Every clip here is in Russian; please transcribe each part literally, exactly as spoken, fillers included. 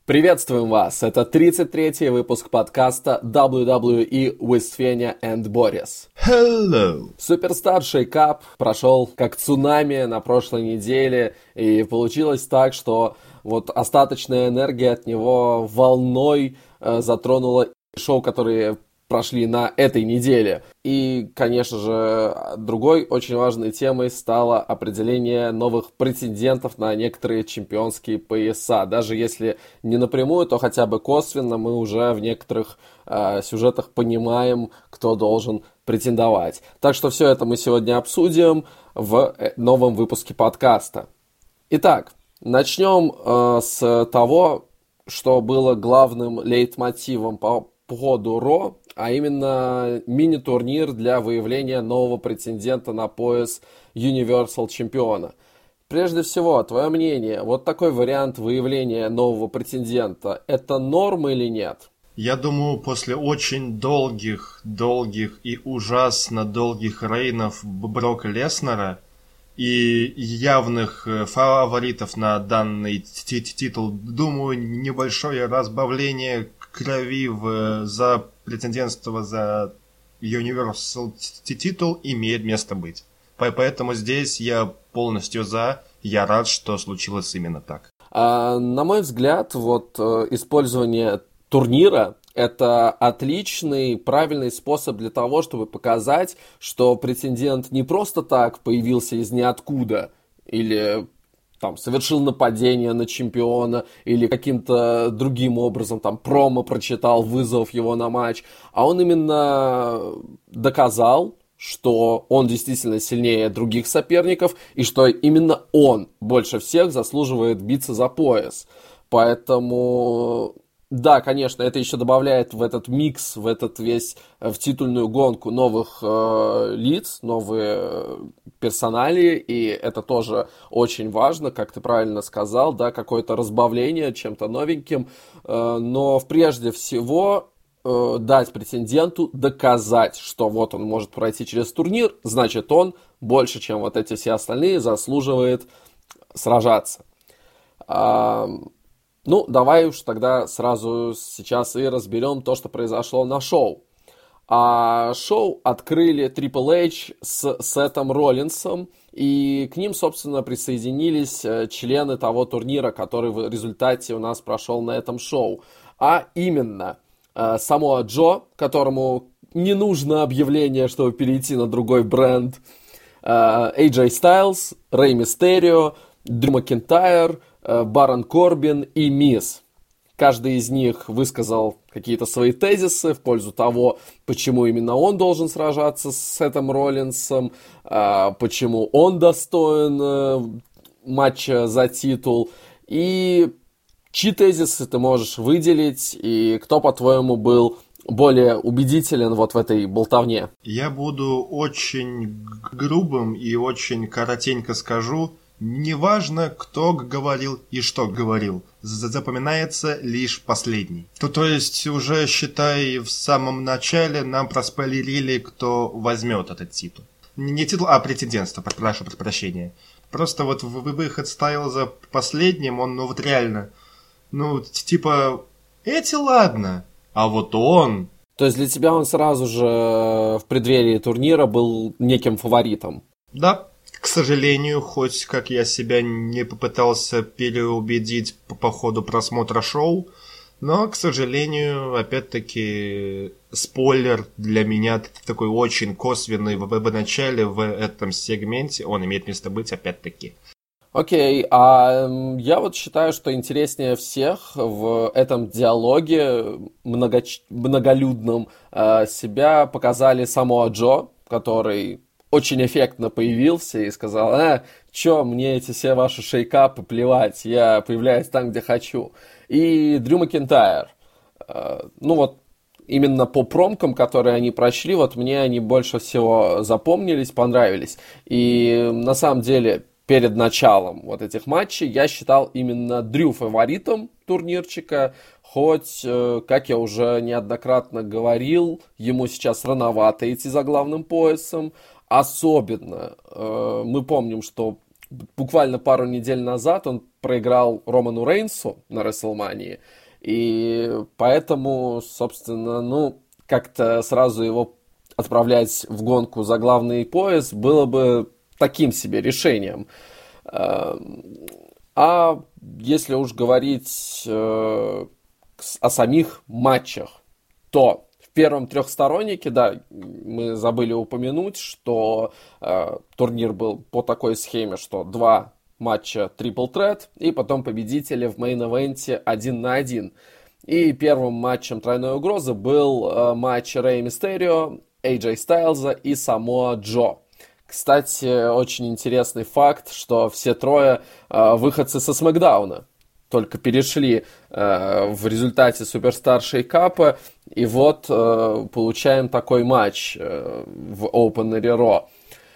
Приветствуем вас! Это тридцать третий выпуск подкаста дабл ю дабл ю и with Fenya and Boris. Hello! Суперстар Шейкап прошел как цунами на прошлой неделе, и получилось так, что вот остаточная энергия от него волной э, затронула шоу, которые прошли на этой неделе. И, конечно же, другой очень важной темой стало определение новых претендентов на некоторые чемпионские пояса. Даже если не напрямую, то хотя бы косвенно мы уже в некоторых э, сюжетах понимаем, кто должен претендовать. Так что все это мы сегодня обсудим в новом выпуске подкаста. Итак, начнем э, с того, что было главным лейтмотивом по ходу Ро, а именно мини-турнир для выявления нового претендента на пояс Universal чемпиона. Прежде всего, твое мнение, вот такой вариант выявления нового претендента, это норм или нет? Я думаю, после очень долгих, долгих и ужасно долгих рейнов Брока Леснера и явных фаворитов на данный титул, думаю, небольшое разбавление крови в, за претендентство за Universal титул имеет место быть. Поэтому здесь я полностью за, я рад, что случилось именно так. А, на мой взгляд, вот использование турнира — это отличный, правильный способ для того, чтобы показать, что претендент не просто так появился из ниоткуда или там совершил нападение на чемпиона или каким-то другим образом там промо прочитал, вызвав его на матч, а он именно доказал, что он действительно сильнее других соперников и что именно он больше всех заслуживает биться за пояс. Поэтому да, конечно, это еще добавляет в этот микс, в этот весь, в титульную гонку новых э, лиц, новые персоналии, и это тоже очень важно, как ты правильно сказал, да, какое-то разбавление чем-то новеньким, э, но прежде всего э, дать претенденту доказать, что вот он может пройти через турнир, значит он больше, чем вот эти все остальные, заслуживает сражаться. А, Ну, давай уж тогда сразу сейчас и разберем то, что произошло на шоу. А шоу открыли Triple H с Сетом Роллинсом, и к ним, собственно, присоединились члены того турнира, который в результате у нас прошел на этом шоу. А именно, Самоа Джо, которому не нужно объявление, чтобы перейти на другой бренд, эй джей Styles, Рэй Мистерио, Дрю Макентайр, Барон Корбин и Миз. Каждый из них высказал какие-то свои тезисы в пользу того, почему именно он должен сражаться с Сетом Роллинсом, почему он достоин матча за титул, и чьи тезисы ты можешь выделить, и кто, по-твоему, был более убедителен вот в этой болтовне? Я буду очень грубым и очень коротенько скажу. Неважно, кто говорил и что говорил, запоминается лишь последний. То, то есть уже, считай, в самом начале нам проспойлерили, кто возьмет этот титул. Не титул, а претендентство, прошу прощения. Просто вот выход Стайлза последним, он, ну вот реально, ну типа, эти ладно, а вот он... То есть для тебя он сразу же в преддверии турнира был неким фаворитом? Да. К сожалению, хоть как я себя не попытался переубедить по, по ходу просмотра шоу, но, к сожалению, опять-таки, спойлер для меня такой очень косвенный в, в начале, в этом сегменте, он имеет место быть опять-таки. Окей, okay, а я вот считаю, что интереснее всех в этом диалоге много, многолюдном э, себя показали Самоа Джо, который очень эффектно появился и сказал: а, чё, мне эти все ваши шейкапы плевать, я появляюсь там, где хочу. И Дрю Макентайр, э, ну вот именно по промкам, которые они прошли, вот мне они больше всего запомнились, понравились. И на самом деле перед началом вот этих матчей я считал именно Дрю фаворитом турнирчика, хоть, э, как я уже неоднократно говорил, ему сейчас рановато идти за главным поясом. Особенно э, мы помним, что буквально пару недель назад он проиграл Роману Рейнсу на Рестлмании, и поэтому, собственно, ну, как-то сразу его отправлять в гонку за главный пояс было бы таким себе решением. А если уж говорить э, о самих матчах, то в первом трехстороннике, да, мы забыли упомянуть, что э, турнир был по такой схеме, что два матча Triple Threat, и потом победители в мейн-эвенте один на один. И первым матчем тройной угрозы был э, матч Рэй Мистерио, эй джей Стайлза и Самоа Джо. Кстати, очень интересный факт, что все трое э, выходцы со Смэкдауна, только перешли э, в результате Суперстар Шейкапа, и вот э, получаем такой матч э, в Opener Raw.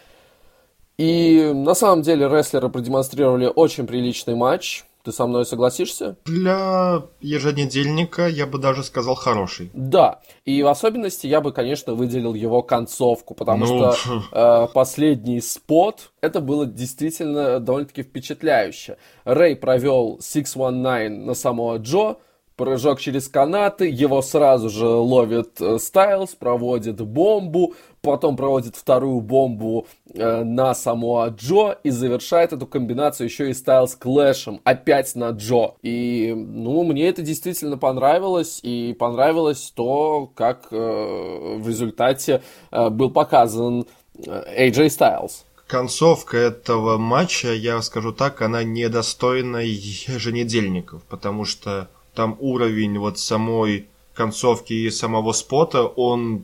И на самом деле рестлеры продемонстрировали очень приличный матч. Ты со мной согласишься? Для еженедельника я бы даже сказал хороший. Да, и в особенности я бы, конечно, выделил его концовку, потому ну... что э, последний спот, это было действительно довольно-таки впечатляюще. Рэй провел шесть сто девятнадцать на Самоа Джо, прыжок через канаты, его сразу же ловит э, Стайлз, проводит бомбу, потом проводит вторую бомбу э, на Самоа Джо и завершает эту комбинацию еще и Стайлз клэшем, опять на Джо. И, ну, мне это действительно понравилось, и понравилось то, как э, в результате э, был показан эй джей Стайлз. Концовка этого матча, я скажу так, она недостойна еженедельников, потому что там уровень вот самой концовки и самого спота, он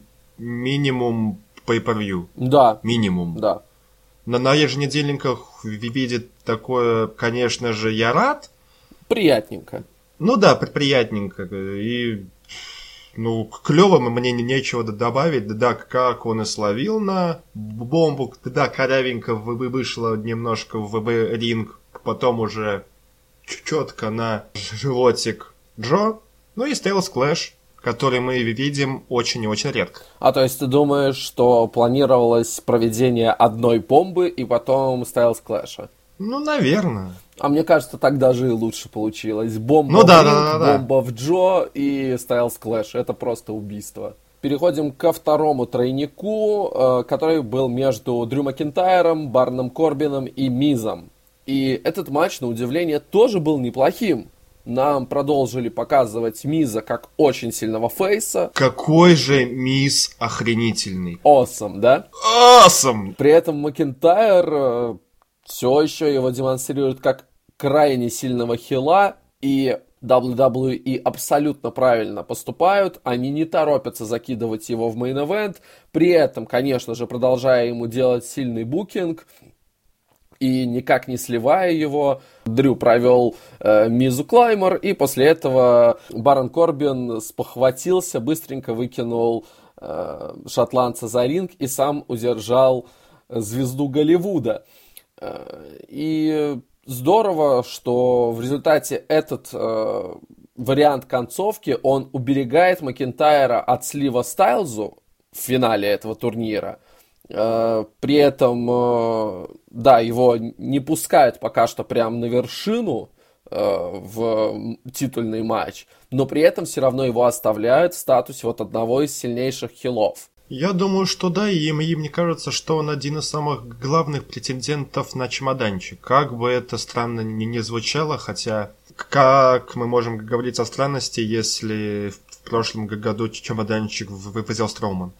минимум pay-per-view. Да. Минимум. Да. На, на еженедельниках видеть такое, конечно же, я рад. Приятненько. Ну да, приятненько. И, ну, клево мне нечего добавить. Да, как он и словил на бомбу. Да, корявенько вышло немножко в ринг. Потом уже четко на животик Джо, ну и Стайлз Клэш, который мы видим очень и очень редко. А то есть ты думаешь, что планировалось проведение одной бомбы и потом Стайлз Клэша? Ну, наверное. А мне кажется, так даже и лучше получилось. Бомба ну, в да, ринг, да, да, бомба да. в Джо и Стайлз Клэш. Это просто убийство. Переходим ко второму тройнику, который был между Дрю Макинтайром, Бароном Корбином и Мизом. И этот матч, на удивление, тоже был неплохим. Нам продолжили показывать Миза как очень сильного фейса. Какой же Миз охренительный. Awesome, да? Awesome! При этом Макинтайр э, все еще его демонстрирует как крайне сильного хила, и дабл ю дабл ю и абсолютно правильно поступают. Они не торопятся закидывать его в мейн-эвент, при этом, конечно же, продолжая ему делать сильный букинг, и никак не сливая его, Дрю провел э, Мизу Клаймор, и после этого Барон Корбин спохватился, быстренько выкинул э, шотландца за ринг и сам удержал звезду Голливуда. Э, и здорово, что в результате этот э, вариант концовки, он уберегает Макинтайра от слива Стайлзу в финале этого турнира. При этом, да, его не пускают пока что прям на вершину в титульный матч, но при этом все равно его оставляют в статусе вот одного из сильнейших хилов. Я думаю, что да, и им, мне кажется, что он один из самых главных претендентов на чемоданчик. Как бы это странно ни, не звучало, хотя как мы можем говорить о странности, если в прошлом году чемоданчик выпустил Строуман?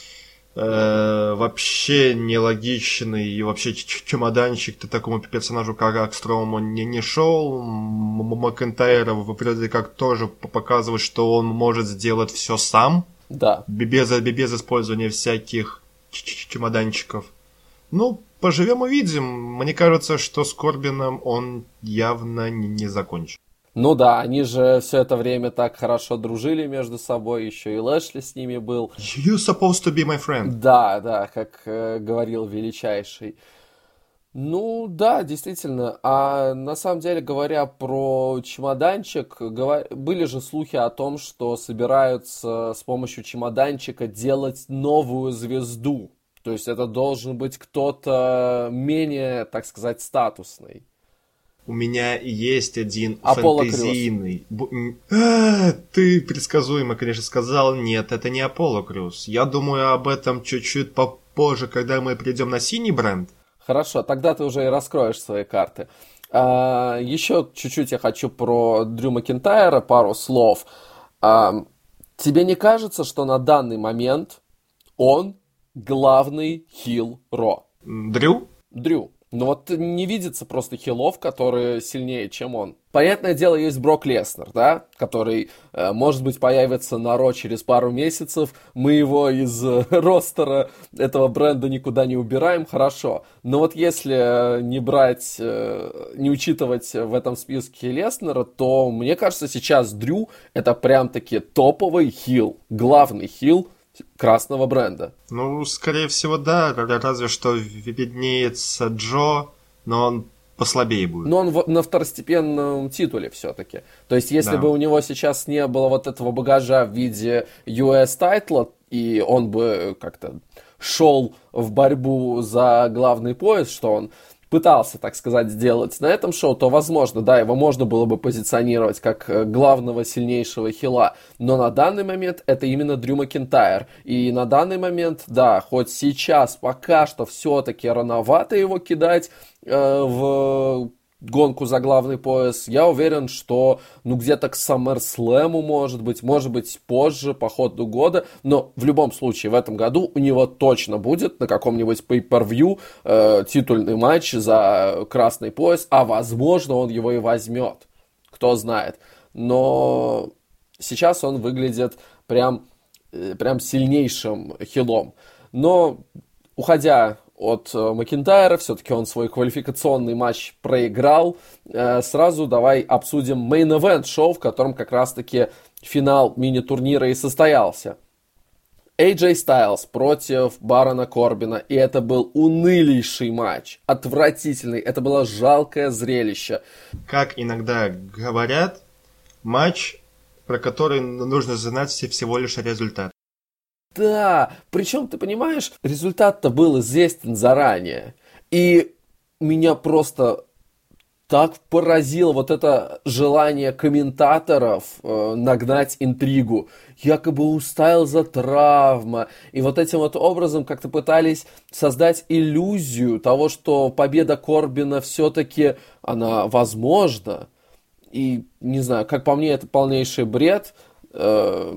Э, вообще нелогичный и вообще чемоданчик-то такому персонажу, как Строуман, не, не шел. Макентайра вроде как тоже показывает, что он может сделать все сам. Да. Без, без использования всяких чемоданчиков. Ну, поживем увидим. Мне кажется, что с Корбином он явно не, не закончит. Ну да, они же все это время так хорошо дружили между собой, еще и Лэшли с ними был. You supposed to be my friend. Да, да, как э, говорил величайший. Ну да, действительно. А на самом деле, говоря про чемоданчик, говор... были же слухи о том, что собираются с помощью чемоданчика делать новую звезду. То есть это должен быть кто-то менее, так сказать, статусный. У меня есть один Аполло фэнтезийный... Бу... А, ты предсказуемо, конечно, сказал, нет, это не Аполло Крюс. Я думаю об этом чуть-чуть попозже, когда мы придем на синий бренд. Хорошо, тогда ты уже и раскроешь свои карты. А, еще чуть-чуть я хочу про Дрю Макинтайра, пару слов. А, тебе не кажется, что на данный момент он главный хил Ро? Дрю? Дрю. Ну вот не видится просто хилов, которые сильнее, чем он. Понятное дело, есть Брок Леснер, да, который, э, может быть, появится на Ро через пару месяцев. Мы его из э, ростера этого бренда никуда не убираем, хорошо. Но вот если не брать, э, не учитывать в этом списке Леснера, то, мне кажется, сейчас Дрю это прям-таки топовый хил, главный хил красного бренда. Ну, скорее всего, да. Разве что виднеется Джо, но он послабее будет. Но он в, на второстепенном титуле все-таки. То есть, если Да. бы у него сейчас не было вот этого багажа в виде ю эс тайтла, и он бы как-то шел в борьбу за главный пояс, что он пытался, так сказать, сделать на этом шоу, то, возможно, да, его можно было бы позиционировать как главного сильнейшего хила. Но на данный момент это именно Дрю Макинтайр. И на данный момент, да, хоть сейчас пока что все-таки рановато его кидать э, в гонку за главный пояс, я уверен, что ну где-то к SummerSlam, может быть, может быть позже, по ходу года, но в любом случае в этом году у него точно будет на каком-нибудь pay-per-view э, титульный матч за красный пояс, а возможно он его и возьмет, кто знает. Но сейчас он выглядит прям, э, прям сильнейшим хилом. Но уходя от э, Макинтайра, все-таки он свой квалификационный матч проиграл. Э, сразу давай обсудим мейн-эвент шоу, в котором как раз-таки финал мини-турнира и состоялся. эй джей Styles против Барона Корбина, и это был унылейший матч, отвратительный, это было жалкое зрелище. Как иногда говорят, матч, про который нужно знать всего лишь результат. Да, причем, ты понимаешь, результат-то был известен заранее. И меня просто так поразило вот это желание комментаторов э, нагнать интригу. Якобы у Стайлза травма. И вот этим вот образом как-то пытались создать иллюзию того, что победа Корбина все-таки, она возможна. И, не знаю, как по мне, это полнейший бред. Э,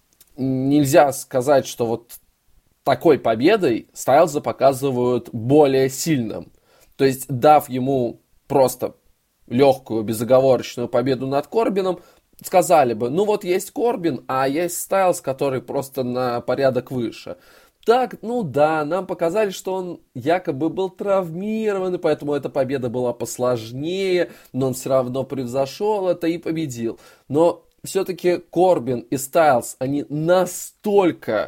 Нельзя сказать, что вот такой победой Стайлза показывают более сильным. То есть, дав ему просто легкую, безоговорочную победу над Корбином, сказали бы, ну вот есть Корбин, а есть Стайлз, который просто на порядок выше. Так, ну да, нам показали, что он якобы был травмирован, и поэтому эта победа была посложнее, но он все равно превзошел это и победил. Но все-таки Корбин и Стайлз, они настолько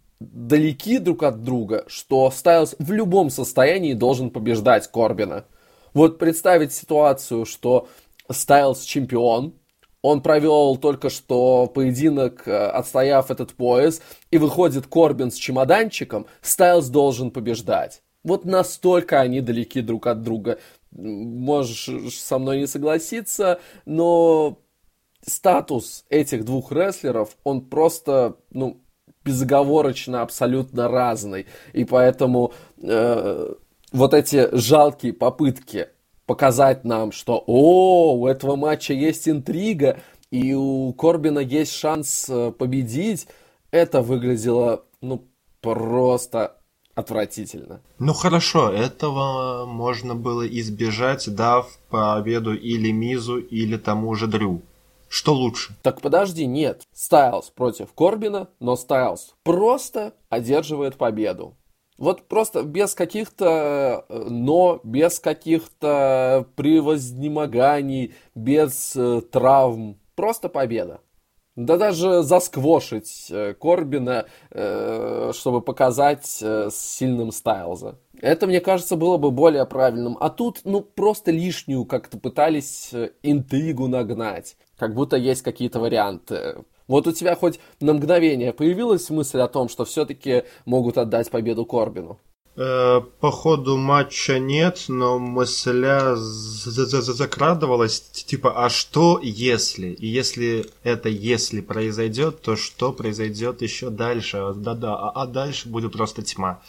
далеки друг от друга, что Стайлз в любом состоянии должен побеждать Корбина. Вот представить ситуацию, что Стайлз чемпион, он провел только что поединок, отстояв этот пояс, и выходит Корбин с чемоданчиком, Стайлз должен побеждать. Вот настолько они далеки друг от друга. Можешь со мной не согласиться, но статус этих двух рестлеров, он просто, ну, безоговорочно абсолютно разный. И поэтому э, вот эти жалкие попытки показать нам, что о, у этого матча есть интрига, и у Корбина есть шанс победить, это выглядело, ну, просто отвратительно. Ну хорошо, этого можно было избежать, дав победу или Мизу, или тому же Дрю. Что лучше? Так подожди, нет. Стайлз против Корбина, но Стайлз просто одерживает победу. Вот просто без каких-то но, без каких-то превознемоганий, без э, травм. Просто победа. Да даже засквошить э, Корбина, э, чтобы показать э, с сильным Стайлза. Это, мне кажется, было бы более правильным. А тут, ну, просто лишнюю как-то пытались э, интригу нагнать. Как будто есть какие-то варианты. Вот у тебя хоть на мгновение появилась мысль о том, что все-таки могут отдать победу Корбину? Э, по ходу матча нет, но мысля закрадывалась, типа, а что если? И если это если произойдет, то что произойдет еще дальше? Да-да, а, а дальше будет просто тьма.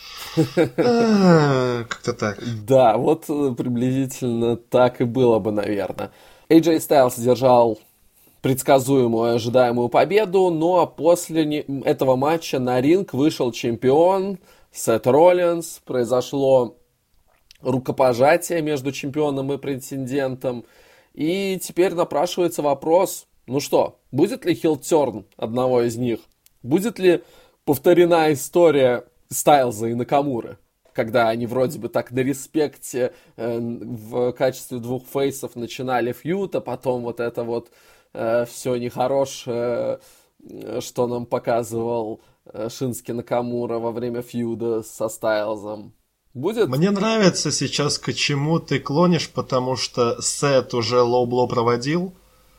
Как-то так. Да, вот приблизительно так и было бы, наверное. эй джей Styles держал предсказуемую, ожидаемую победу, но после этого матча на ринг вышел чемпион Сет Роллинс, произошло рукопожатие между чемпионом и претендентом, и теперь напрашивается вопрос, ну что, будет ли хилтерн одного из них? Будет ли повторена история Стайлза и Накамуры, когда они вроде бы так на респекте э, в качестве двух фейсов начинали фьюд, а потом вот это вот э, все нехорошее, э, что нам показывал Шински Накамура во время фьюда со Стайлзом. Будет? Мне нравится сейчас, к чему ты клонишь, потому что Сет уже лоу-блоу проводил.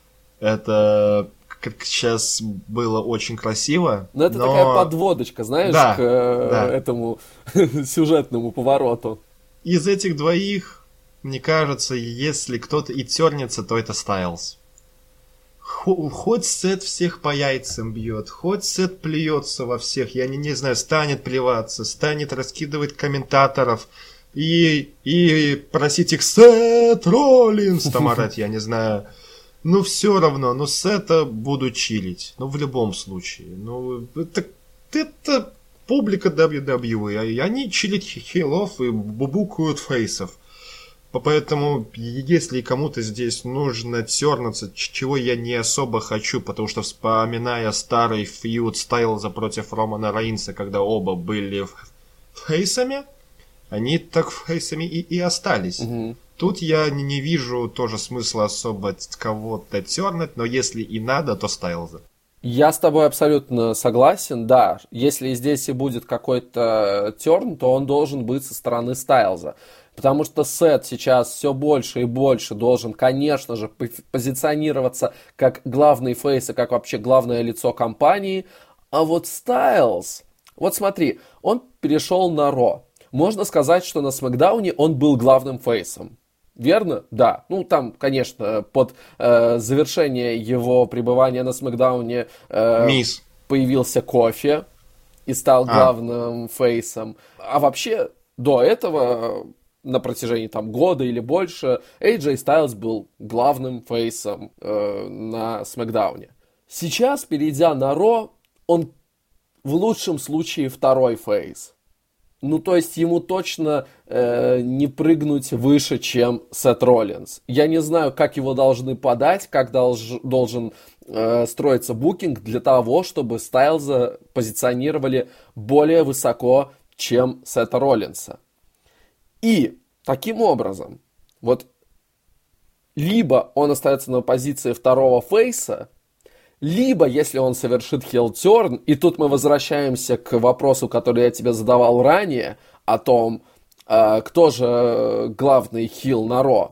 Это как сейчас было очень красиво. Но это но... такая подводочка, знаешь, да, к да. этому сюжетному повороту. Из этих двоих, мне кажется, если кто-то и тернется, то это Стайлз. Хоть Сет всех по яйцам бьет, хоть Сет плюется во всех, я не, не знаю, станет плеваться, станет раскидывать комментаторов и, и просить их Сет Роллинс там орать, я не знаю. Ну все равно, ну Сета буду чилить, ну в любом случае. Ну это, это публика дабл ю дабл ю и, они чилят хилов и бубукают фейсов. Поэтому, если кому-то здесь нужно тернуться, чего я не особо хочу, потому что, вспоминая старый фьюд Стайлза против Романа Рейнса, когда оба были фейсами, они так фейсами и, и остались. Угу. Тут я не, не вижу тоже смысла особо кого-то тернуть, но если и надо, то Стайлза. Я с тобой абсолютно согласен, да. Если здесь и будет какой-то терн, то он должен быть со стороны Стайлза. Потому что Сет сейчас все больше и больше должен, конечно же, позиционироваться как главный фейс и как вообще главное лицо компании. А вот Стайлз, вот смотри, он перешел на Ро. Можно сказать, что на Смэкдауне он был главным фейсом. Верно? Да. Ну, там, конечно, под э, завершение его пребывания на Смэкдауне э, появился Кофи и стал главным а. фейсом. А вообще, до этого... на протяжении там года или больше эй джей Styles был главным фейсом э, на Смэкдауне. Сейчас, перейдя на Ро, он в лучшем случае второй фейс. Ну, то есть ему точно э, не прыгнуть выше, чем Сет Роллинс. Я не знаю, как его должны подать, как долж, должен э, строиться букинг для того, чтобы Стайлза позиционировали более высоко, чем Сета Роллинса. И таким образом, вот либо он остается на позиции второго фейса, либо, если он совершит хилтерн, и тут мы возвращаемся к вопросу, который я тебе задавал ранее, о том, э, кто же главный хил на Ро.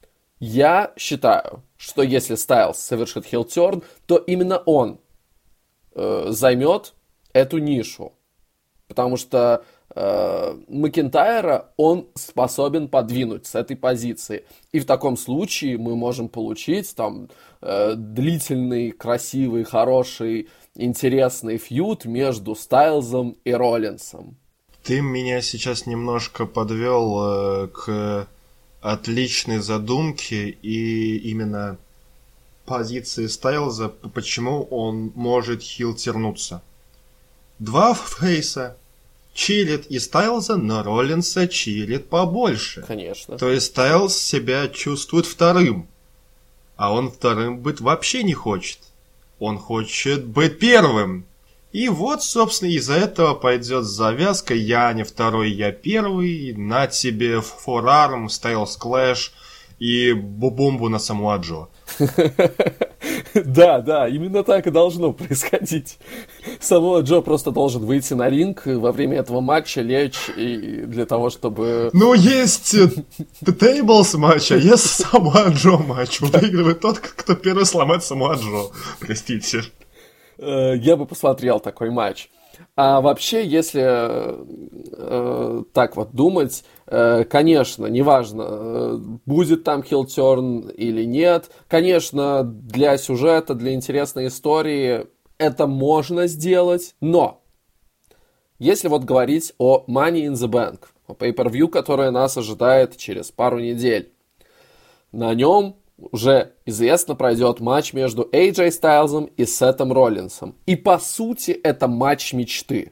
Я считаю, что если Стайлз совершит хилтерн, то именно он э, займет эту нишу. Потому что Макинтайра он способен подвинуть с этой позиции. И в таком случае мы можем получить там э, длительный, красивый, хороший, интересный фьюд между Стайлзом и Роллинсом. Ты меня сейчас немножко подвел э, к отличной задумке и именно позиции Стайлза, почему он может хилтернуться. Два фейса чилит и Стайлза, но Роллинса чилит побольше. Конечно. То есть Стайлз себя чувствует вторым. А он вторым быть вообще не хочет. Он хочет быть первым. И вот, собственно, из-за этого пойдет завязка. Я не второй, я первый. На тебе форарм, Стайлз Клэш и бомбу на Самуа Джо. Да, да, именно так и должно происходить. Самуа Джо просто должен выйти на ринг во время этого матча, лечь и для того, чтобы... Ну, есть Тейблс матч, а есть Самуа Джо матч. Выигрывает тот, кто первый сломает Самуа Джо. Простите. Я бы посмотрел такой матч. А вообще, если э, так вот думать, э, конечно, неважно, э, будет там хилтерн или нет, конечно, для сюжета, для интересной истории это можно сделать, но если вот говорить о Money in the Bank, о pay-per-view, которое нас ожидает через пару недель, на нем уже известно пройдет матч между эй джей Стайлзом и Сетом Роллинсом. И по сути это матч мечты.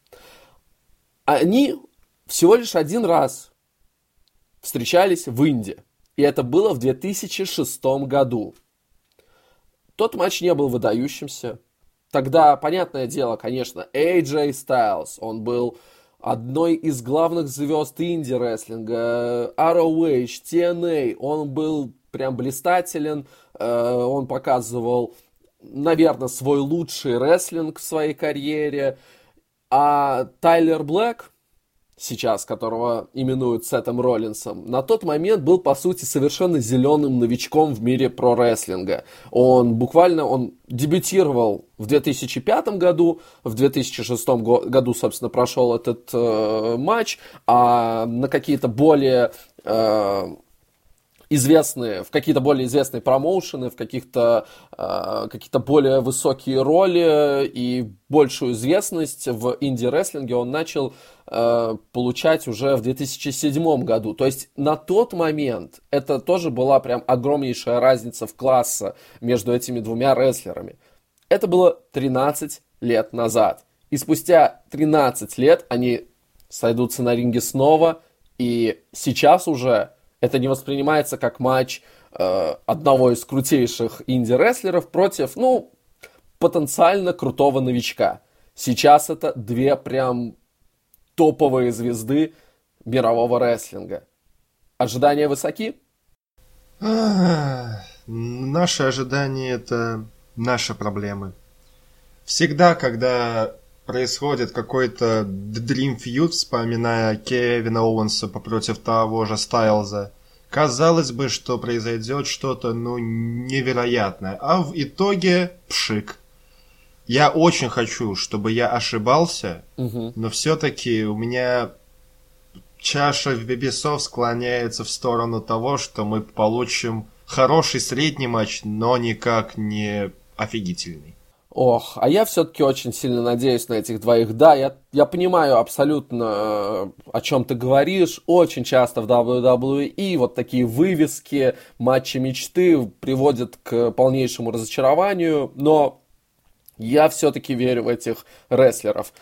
Они всего лишь один раз встречались в Инди. И это было в две тысячи шестом году. Тот матч не был выдающимся. Тогда, понятное дело, конечно, эй джей Стайлз, он был одной из главных звезд инди-рестлинга, ар оу эйч, ти эн эй, он был прям блистателен, он показывал, наверное, свой лучший рестлинг в своей карьере, а Тайлер Блэк, сейчас которого именуют Сетом Роллинсом, на тот момент был, по сути, совершенно зеленым новичком в мире про-рестлинга. Он буквально, он дебютировал в две тысячи пятом году, в две тысячи шестом году, собственно, прошел этот э, матч, а на какие-то более... Э, известные, в какие-то более известные промоушены, в каких-то, э, какие-то более высокие роли и большую известность в инди-рестлинге он начал э, получать уже в две тысячи седьмом году. То есть на тот момент это тоже была прям огромнейшая разница в классе между этими двумя рестлерами. Это было тринадцать лет назад. И спустя тринадцать лет они сойдутся на ринге снова, и сейчас уже это не воспринимается как матч э, одного из крутейших инди-рестлеров против, ну, потенциально крутого новичка. Сейчас это две прям топовые звезды мирового рестлинга. Ожидания высоки? Наши ожидания — это наши проблемы. Всегда, когда происходит какой-то Dream Feud, вспоминая Кевина Оуэнса против того же Стайлза, казалось бы, что произойдет что-то, ну, невероятное. А в итоге пшик. Я очень хочу, чтобы я ошибался, угу. но все-таки у меня чаша весов склоняется в сторону того, что мы получим хороший средний матч, но никак не офигительный. Ох, а я все-таки очень сильно надеюсь на этих двоих. Да, я, я понимаю абсолютно, о чем ты говоришь. Очень часто в дабл ю дабл ю и вот такие вывески, матчи мечты приводят к полнейшему разочарованию. Но я все-таки верю в этих рестлеров.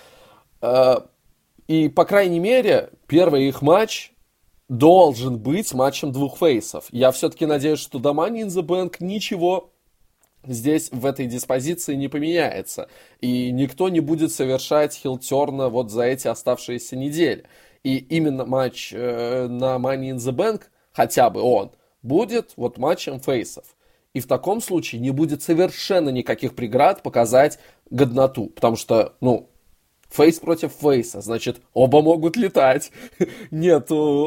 И, по крайней мере, первый их матч должен быть матчем двух фейсов. Я все-таки надеюсь, что до Money in the Bank ничего здесь в этой диспозиции не поменяется. И никто не будет совершать хилтерна вот за эти оставшиеся недели. И именно матч э, на Money in the Bank, хотя бы он, будет вот матчем фейсов. И в таком случае не будет совершенно никаких преград показать годноту. Потому что, ну, фейс против фейса, значит, оба могут летать. Нет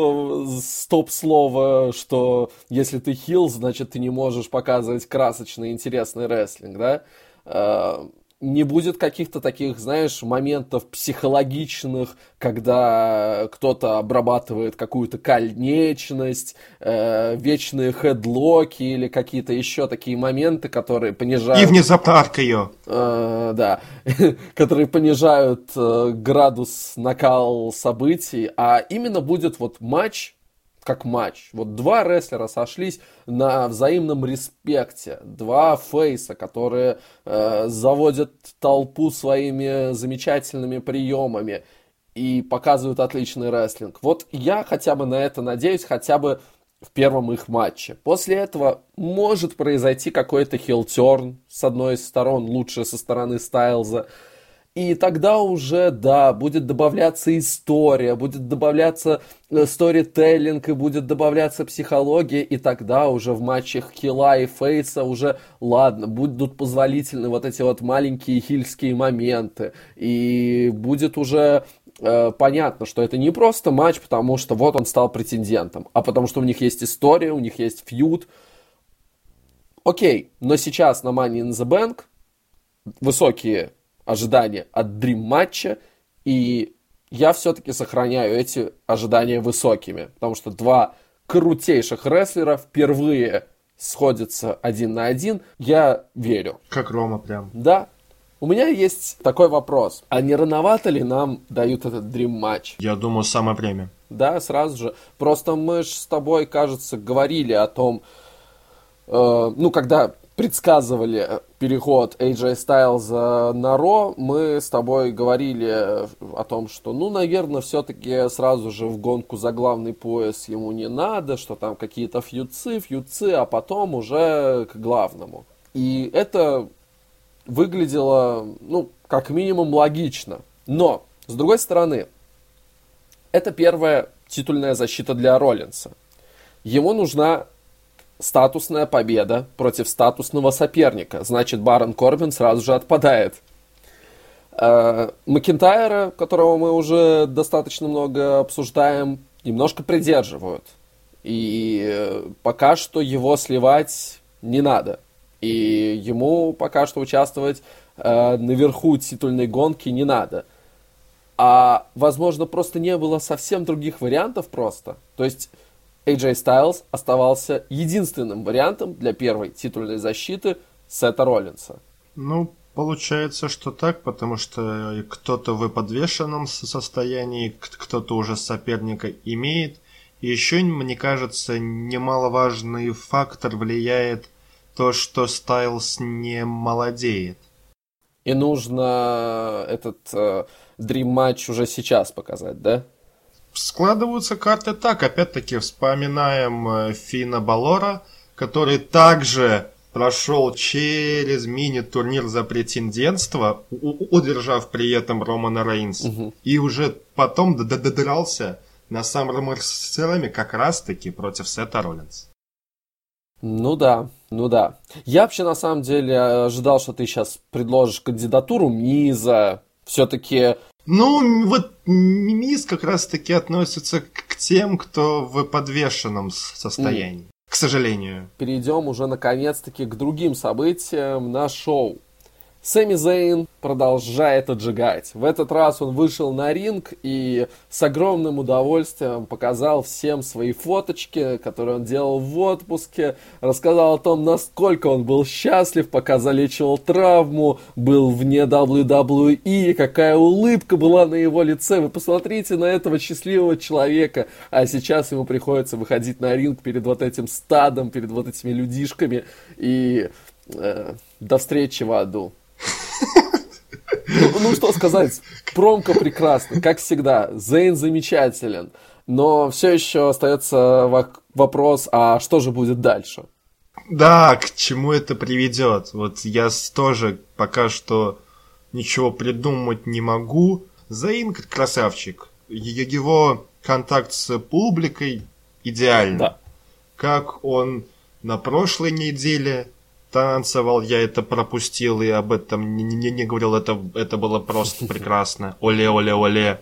стоп-слова, что если ты хил, значит, ты не можешь показывать красочный, интересный рестлинг, да? Не будет каких-то таких, знаешь, моментов психологичных, когда кто-то обрабатывает какую-то конечность, э, вечные хедлоки или какие-то еще такие моменты, которые понижают... И внезапно арка ее. Э, да, которые понижают э, градус, накал событий, а именно будет вот матч, как матч. Вот два рестлера сошлись на взаимном респекте. Два фейса, которые э, заводят толпу своими замечательными приемами и показывают отличный рестлинг. Вот я хотя бы на это надеюсь, хотя бы в первом их матче. После этого может произойти какой-то хилтерн с одной из сторон, лучше со стороны Стайлза. И тогда уже, да, будет добавляться история, будет добавляться сторителлинг, и будет добавляться психология, и тогда уже в матчах Хила и Фейса уже, ладно, будут позволительны вот эти вот маленькие хильские моменты, и будет уже э, понятно, что это не просто матч, потому что вот он стал претендентом, а потому что у них есть история, у них есть фьюд. Окей, но сейчас на Money in the Bank высокие ожидания от Dream матча, и я все-таки сохраняю эти ожидания высокими, потому что два крутейших рестлера впервые сходятся один на один, я верю. Как Рома прям. Да. У меня есть такой вопрос. А не рановато ли нам дают этот Dream матч? Я думаю, самое время. Да, сразу же. Просто мы же с тобой, кажется, говорили о том, э, ну, когда предсказывали переход эй джей Styles на Ро, мы с тобой говорили о том, что, ну, наверное, все-таки сразу же в гонку за главный пояс ему не надо, что там какие-то фьюцы, фьюцы, а потом уже к главному. И это выглядело, ну, как минимум логично. Но, с другой стороны, это первая титульная защита для Роллинса. Ему нужна статусная победа против статусного соперника. Значит, Барон Корбин сразу же отпадает. Э, Макинтайра, которого мы уже достаточно много обсуждаем, немножко придерживают. И пока что его сливать не надо. И ему пока что участвовать э, наверху титульной гонки не надо. А, возможно, просто не было совсем других вариантов просто. То есть эй джей Styles оставался единственным вариантом для первой титульной защиты Сета Роллинса. Ну, получается, что так, потому что кто-то в подвешенном состоянии, кто-то уже соперника имеет. И еще, мне кажется, немаловажный фактор влияет то, что Стайлз не молодеет. И нужно этот э, Dream матч уже сейчас показать, да? Складываются карты так. Опять-таки вспоминаем э, Финна Балора, который также прошел через мини-турнир за претендентство, у- удержав при этом Романа Рейнса. Угу. И уже потом додрался на SummerSlam как раз-таки против Сета Роллинса. Ну да, ну да. Я вообще на самом деле ожидал, что ты сейчас предложишь кандидатуру Миза. Все-таки... Ну, вот Миз как раз-таки относится к тем, кто в подвешенном состоянии. Mm. К сожалению. Перейдем уже наконец-таки к другим событиям на шоу. Сами Зейн продолжает отжигать. В этот раз он вышел на ринг и с огромным удовольствием показал всем свои фоточки, которые он делал в отпуске. Рассказал о том, насколько он был счастлив, пока залечивал травму, был вне дабл ю дабл ю и, какая улыбка была на его лице. Вы посмотрите на этого счастливого человека. А сейчас ему приходится выходить на ринг перед вот этим стадом, перед вот этими людишками. И э, до встречи в аду. Ну, ну что сказать, промка прекрасна, как всегда, Зейн замечателен, но все еще остается вопрос, а что же будет дальше? Да, к чему это приведет? Вот я тоже пока что ничего придумать не могу. Зейн красавчик, его контакт с публикой идеальный. Да. Как он на прошлой неделе танцевал, я это пропустил и об этом не, не, не говорил, это, это было просто прекрасно. Оле-оле-оле.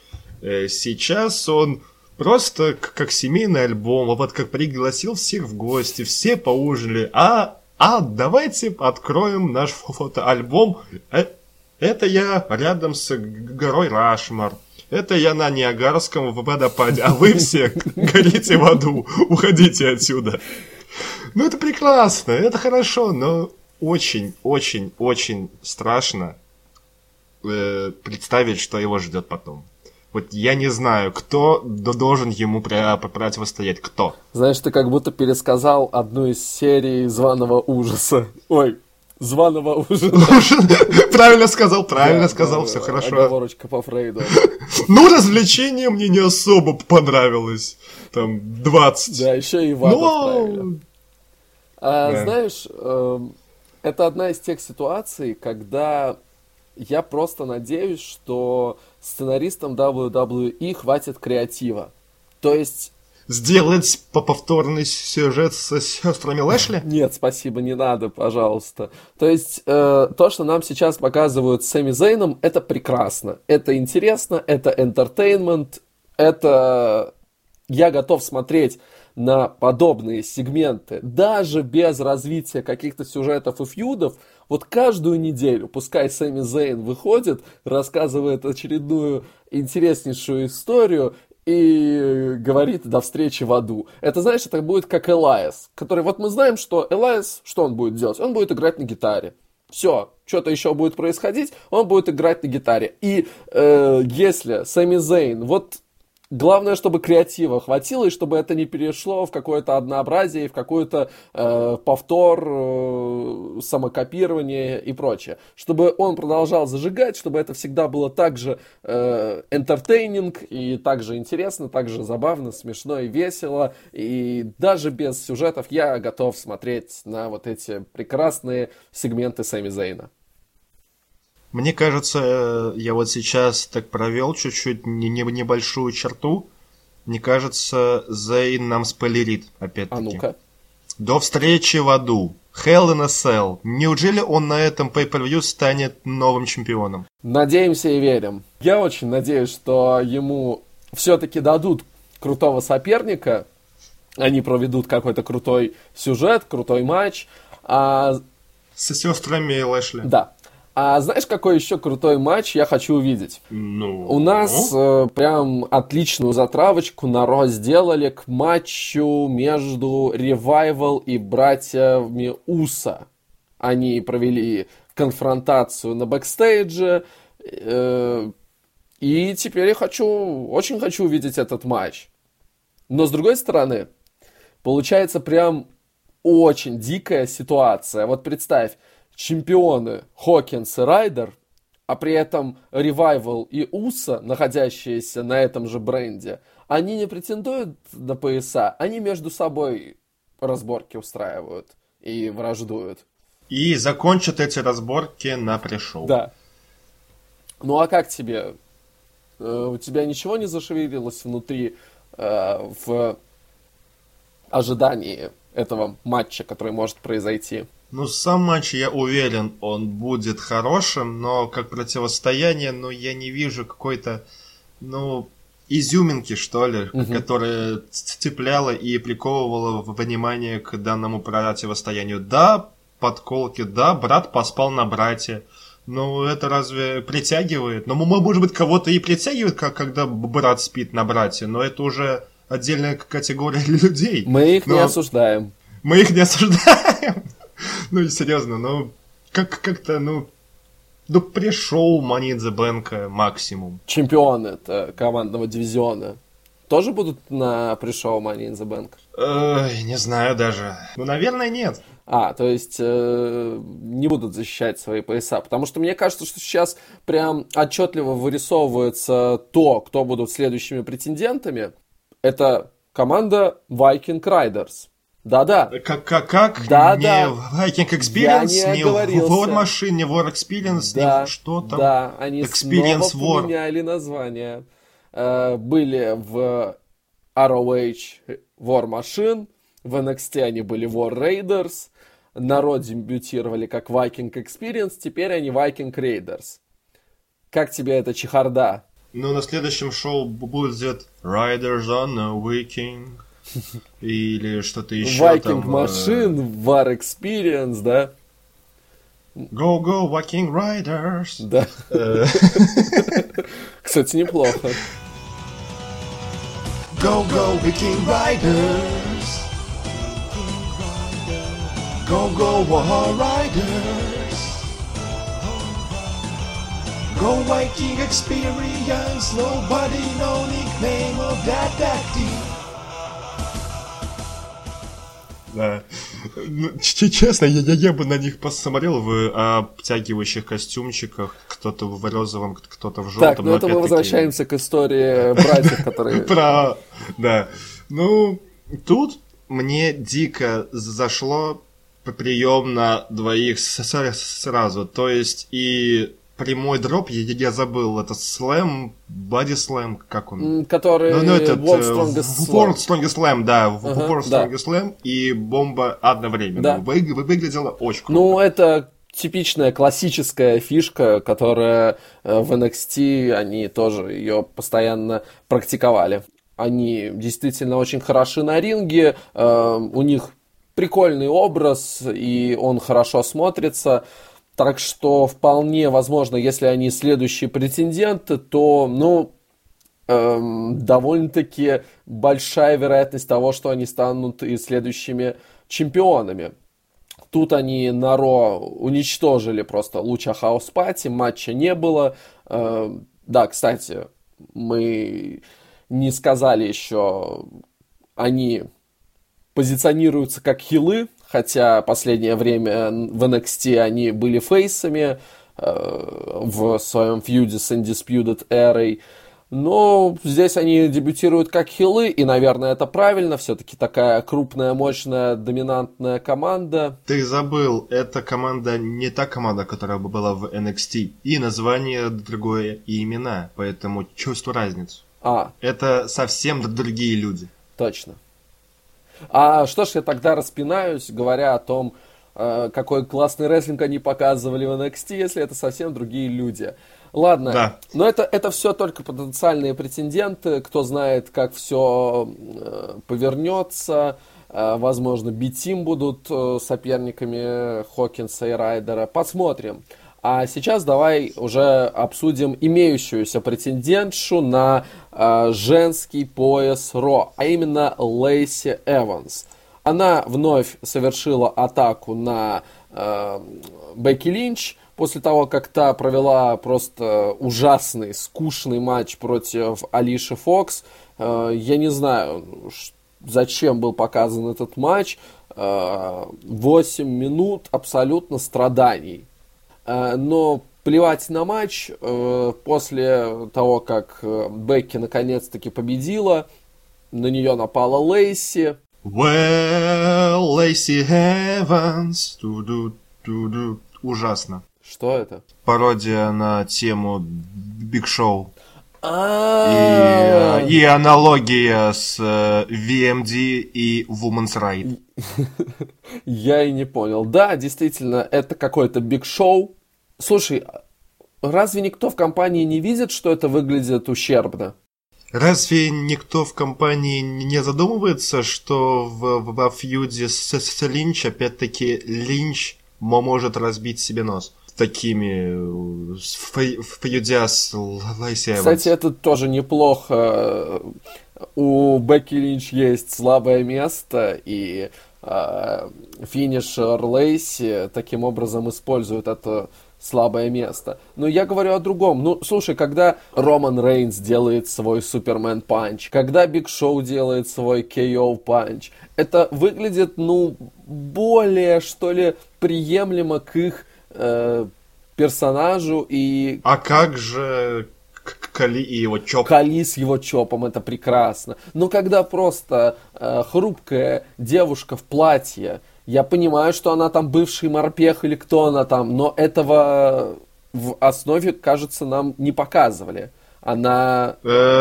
Сейчас он просто как семейный альбом, а вот как пригласил всех в гости, все поужинали, а, а давайте откроем наш фотоальбом. Это я рядом с горой Рашмар. Это я на Ниагарском водопаде, а вы все горите в аду, уходите отсюда. Ну, это прекрасно, это хорошо, но очень-очень-очень страшно э, представить, что его ждет потом. Вот я не знаю, кто должен ему противостоять, кто. Знаешь, ты как будто пересказал одну из серий «Званого ужаса». Ой, «Званого ужаса». Правильно сказал, правильно сказал, все хорошо. Оговорочка по Фрейду. Ну, развлечение мне не особо понравилось. Там двадцать. Да, еще и Иванов правильно. А, да. Знаешь, э, это одна из тех ситуаций, когда я просто надеюсь, что сценаристам дабл ю дабл ю и хватит креатива. То есть... Сделать повторный сюжет с сестрами Лэшли? Нет, спасибо, не надо, пожалуйста. То есть, э, то, что нам сейчас показывают с Сами Зейном, это прекрасно. Это интересно, это entertainment, это... Я готов смотреть на подобные сегменты, даже без развития каких-то сюжетов и фьюдов, Вот каждую неделю, пускай Сами Зейн выходит, рассказывает очередную интереснейшую историю и говорит «до встречи в аду». Это, знаешь, это будет как Элайас, который, вот мы знаем, что Элайас, что он будет делать? Он будет играть на гитаре. Все, что-то еще будет происходить, он будет играть на гитаре. И э, если Сами Зейн, вот главное, чтобы креатива хватило, и чтобы это не перешло в какое-то однообразие, в какой-то э, повтор, э, самокопирование и прочее. Чтобы он продолжал зажигать, чтобы это всегда было так же энтертейнинг, э, и так же интересно, так же забавно, смешно и весело. И даже без сюжетов я готов смотреть на вот эти прекрасные сегменты Сами Зейна. Мне кажется, я вот сейчас так провел чуть-чуть небольшую черту. Мне кажется, Зейн нам спойлерит, опять-таки. А ну-ка. До встречи в аду. Hell in a Cell. Неужели он на этом pay-per-view станет новым чемпионом? Надеемся и верим. Я очень надеюсь, что ему все-таки дадут крутого соперника. Они проведут какой-то крутой сюжет, крутой матч. А... Со сестрами Лэшли. Да. А знаешь, какой еще крутой матч я хочу увидеть? Ну... У нас э, прям отличную затравочку на Ро сделали к матчу между Ревайвал и братьями Уса. Они провели конфронтацию на бэкстейдже. Э, и теперь я хочу, очень хочу увидеть этот матч. Но с другой стороны, получается прям очень дикая ситуация. Вот представь, чемпионы Хокинс и Райдер, а при этом Ревайвал и Уса, находящиеся на этом же бренде, они не претендуют на пояса, они между собой разборки устраивают и враждуют. И закончат эти разборки на пришел. Да. Ну а как тебе? У тебя ничего не зашевелилось внутри э, в ожидании этого матча, который может произойти? Ну, сам матч, я уверен, он будет хорошим, но как противостояние, ну, я не вижу какой-то, ну, изюминки, что ли, угу. которая цепляла и приковывала внимание к данному противостоянию. Да, подколки, да, брат поспал на брате. Ну, это разве притягивает? Ну, может быть, кого-то и притягивает, как когда брат спит на брате, но это уже отдельная категория людей. Мы их но... не осуждаем. Мы их не осуждаем. Ну, серьезно, ну, как- как-то, ну, ну, пришел Money in the Bank максимум. Чемпионы это командного дивизиона тоже будут на пришел Money in the Bank? Ой, не знаю даже. Ну, наверное, нет. А, то есть э, не будут защищать свои пояса. Потому что мне кажется, что сейчас прям отчетливо вырисовывается то, кто будут следующими претендентами. Это команда Viking Riders. Да-да. Как, как, как? Да, не да. Viking Experience, Я не не оговорился. War Machine, не War Experience, Да, не что там. да, они Experience снова War. поменяли название. Э, были в ар о эйч War Machine, в эн экс ти они были War Raiders, на Raw дебютировали как Viking Experience, теперь они Viking Raiders. Как тебе эта чехарда? Ну, на следующем шоу будет Riders on a Viking. Или что-то еще Viking там. Machine, War Experience, да? Go, go, Viking Riders. Да. Кстати, неплохо. Go, go, Viking Riders. Go, go, War Riders. Go, Viking Experience. Nobody know nickname of that tactic. Да. Ну, честно, я, я, я бы на них посмотрел в обтягивающих костюмчиках. Кто-то в розовом, кто-то в желтом. Так, ну это мы возвращаемся к истории братьев, которые... Про... Да. Ну, тут мне дико зашло прием на двоих сразу. То есть и... Прямой дроп, я, я забыл, это слэм, боди слэм, как он? Который ну, ну, этот, World Strongest Slam. World Strongest Slam, да, Ага, World да. Strongest Slam и бомба одновременно. Да. Вы, вы, выглядело очень круто. Ну, это типичная классическая фишка, которая в эн экс ти, они тоже ее постоянно практиковали. Они действительно очень хороши на ринге, э, у них прикольный образ, и он хорошо смотрится. Так что вполне возможно, если они следующие претенденты, то, ну, эм, довольно-таки большая вероятность того, что они станут и следующими чемпионами. Тут они на Ро уничтожили просто Луча Хаус Пати, матча не было. Э, да, кстати, мы не сказали еще, они позиционируются как хилы, хотя последнее время в эн экс ти они были фейсами э, в своем фьюде с Undisputed Era. Но здесь они дебютируют как хилы, и, наверное, это правильно. Все-таки такая крупная, мощная, доминантная команда. Ты забыл, эта команда не та команда, которая была в эн экс ти. И название другое, и имена. Поэтому чувствую разницу. А. Это совсем другие люди. Точно. А что ж, я тогда распинаюсь, говоря о том, какой классный рестлинг они показывали в эн экс ти, если это совсем другие люди. Ладно, да. но это, это все только потенциальные претенденты. Кто знает, как все э, повернется. Э, возможно, B-Team будут э, соперниками Хокинса и Райдера. Посмотрим. А сейчас давай уже обсудим имеющуюся претендентшу на э, женский пояс Ро, а именно Лейси Эванс. Она вновь совершила атаку на э, Бекки Линч, после того, как та провела просто ужасный, скучный матч против Алиши Фокс. Э, я не знаю, зачем был показан этот матч. Э, восемь минут абсолютно страданий. Э, но плевать на матч. Э, после того, как Бекки наконец-таки победила, на нее напала Лейси. Well, Lacey Evans. Ту-ду-ту-ду. Ужасно. Что это? Пародия на тему Биг Шоу. А-а-а. И, и аналогия с ви эм ди и Women's Right. Я и не понял. Да, действительно, это какое-то Биг Шоу. Слушай, разве никто в компании не видит, что это выглядит ущербно? Разве никто в компании не задумывается, что в, в, во фьюде с, с Линч, опять-таки, Линч может разбить себе нос такими фьюдя с Лейси Эванс? Кстати, это тоже неплохо. У Бекки Линч есть слабое место, и э, финишер Лейси таким образом использует это слабое место. Но я говорю о другом. Ну, слушай, когда Роман Рейнс делает свой Супермен панч, когда Биг Шоу делает свой кей о панч, это выглядит, ну, более, что ли, приемлемо к их э, персонажу и... А как же Кали и его чоп? Кали с его чопом, это прекрасно. Но когда просто э, хрупкая девушка в платье, я понимаю, что она там бывший морпех или кто она там, но этого в основе, кажется, нам не показывали. Она...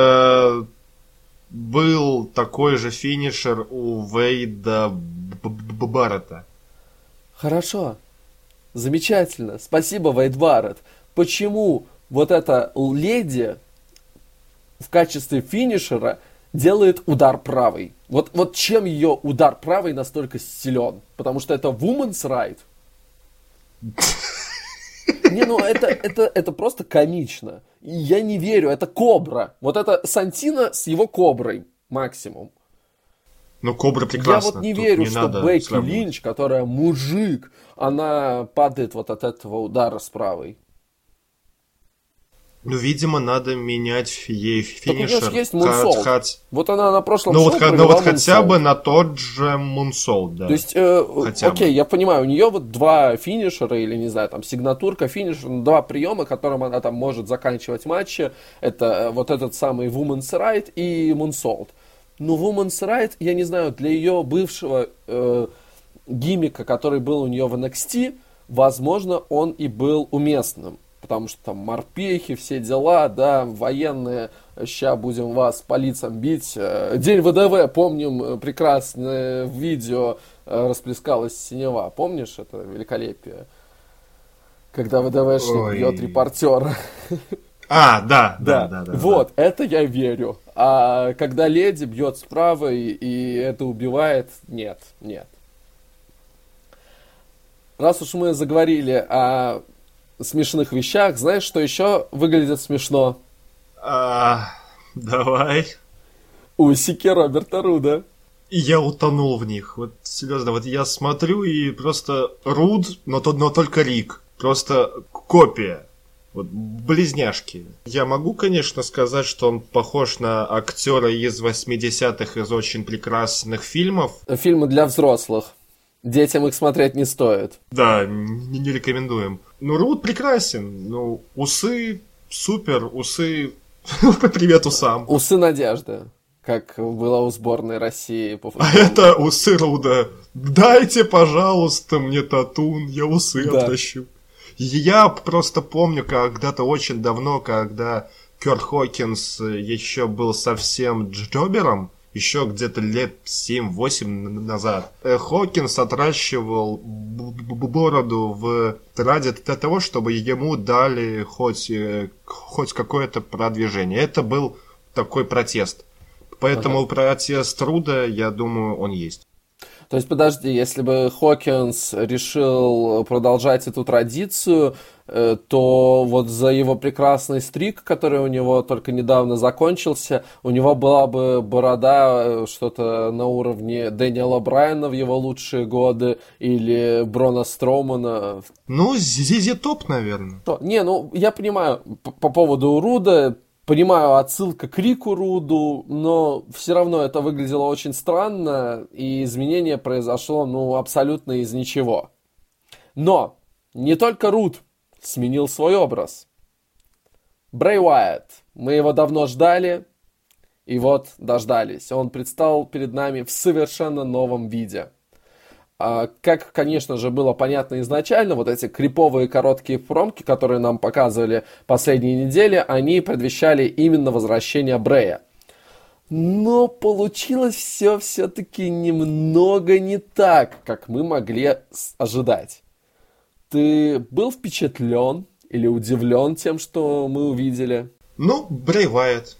Был такой же финишер у Вейда Баррета. Хорошо. Замечательно. Спасибо, Вейд Барретт. Почему вот эта леди в качестве финишера делает удар правой? Вот, вот чем ее удар правой настолько силен? Потому что это Women's Right. Не, ну это, это, это просто комично. И я не верю, это Кобра. Вот это Сантино с его Коброй максимум. Ну, Кобра прекрасно. Я вот не верю, не что Бекки сравнивать. Линч, которая мужик, она падает вот от этого удара с правой. Ну, видимо, надо менять ей финишер. Так у нее есть мунсолт. Хат... Вот она на прошлом ну, шоу вот, провела ну, вот мунсолт. хотя бы на тот же мунсолт, да. То есть, э, окей, бы. я понимаю, у нее вот два финишера, или, не знаю, там, сигнатурка, финишер, два приема, которым она там может заканчивать матчи. Это э, вот этот самый Women's Right и мунсолт. Но Women's Right, я не знаю, для ее бывшего э, гиммика, который был у нее в эн экс ти, возможно, он и был уместным. Потому что там морпехи, все дела, да, военные, ща будем вас по лицам бить. День вэ дэ вэ, помним, прекрасное видео, расплескалась синева. Помнишь это великолепие? Когда вэ дэ вэ-шник бьет репортера. А, да, да, да, да. Вот, да. Это я верю. А когда леди бьет справа и, и это убивает, нет, нет. раз уж мы заговорили о смешных вещах, знаешь, что еще выглядит смешно? А, давай. Усики Роберта Руда. И я утонул в них. Вот серьезно, вот я смотрю и просто Руд, но, то, но только Рик. Просто копия. Вот близняшки. Я могу, конечно, сказать, что он похож на актера из восьмидесятых из очень прекрасных фильмов. Фильмы для взрослых. Детям их смотреть не стоит. Да, не, не рекомендуем. Ну, Руд прекрасен. Ну, усы супер, усы... Привет усам. Усы надежды, как было у сборной России по футболу. А это усы Руда. Дайте, пожалуйста, мне татун, я усы да. оттащу. Я просто помню когда-то очень давно, когда Кёрт Хокинс еще был совсем джобером, еще где-то лет семь-восемь назад. Хокинс отращивал бороду в... ради того, чтобы ему дали хоть, хоть какое-то продвижение. Это был такой протест. Поэтому ага. протест Руда, я думаю, он есть. То есть, подожди, если бы Хокинс решил продолжать эту традицию, то вот за его прекрасный стриг, который у него только недавно закончился, у него была бы борода что-то на уровне Дэниела Брайана в его лучшие годы или Брона Строумана. Ну, Зизи Топ, наверное. Не, ну, я понимаю, по, по поводу Руда... Понимаю, отсылка к Рику Руду, но все равно это выглядело очень странно, и изменение произошло, ну, абсолютно из ничего. Но не только Руд сменил свой образ. Брэй Уайт. Мы его давно ждали, и вот дождались. Он предстал перед нами в совершенно новом виде. Как, конечно же, было понятно изначально, вот эти криповые короткие промки, которые нам показывали последние недели, они предвещали именно возвращение Брэя. Но получилось все все-таки немного не так, как мы могли ожидать. Ты был впечатлен или удивлен тем, что мы увидели? Ну, Брэй Уайт.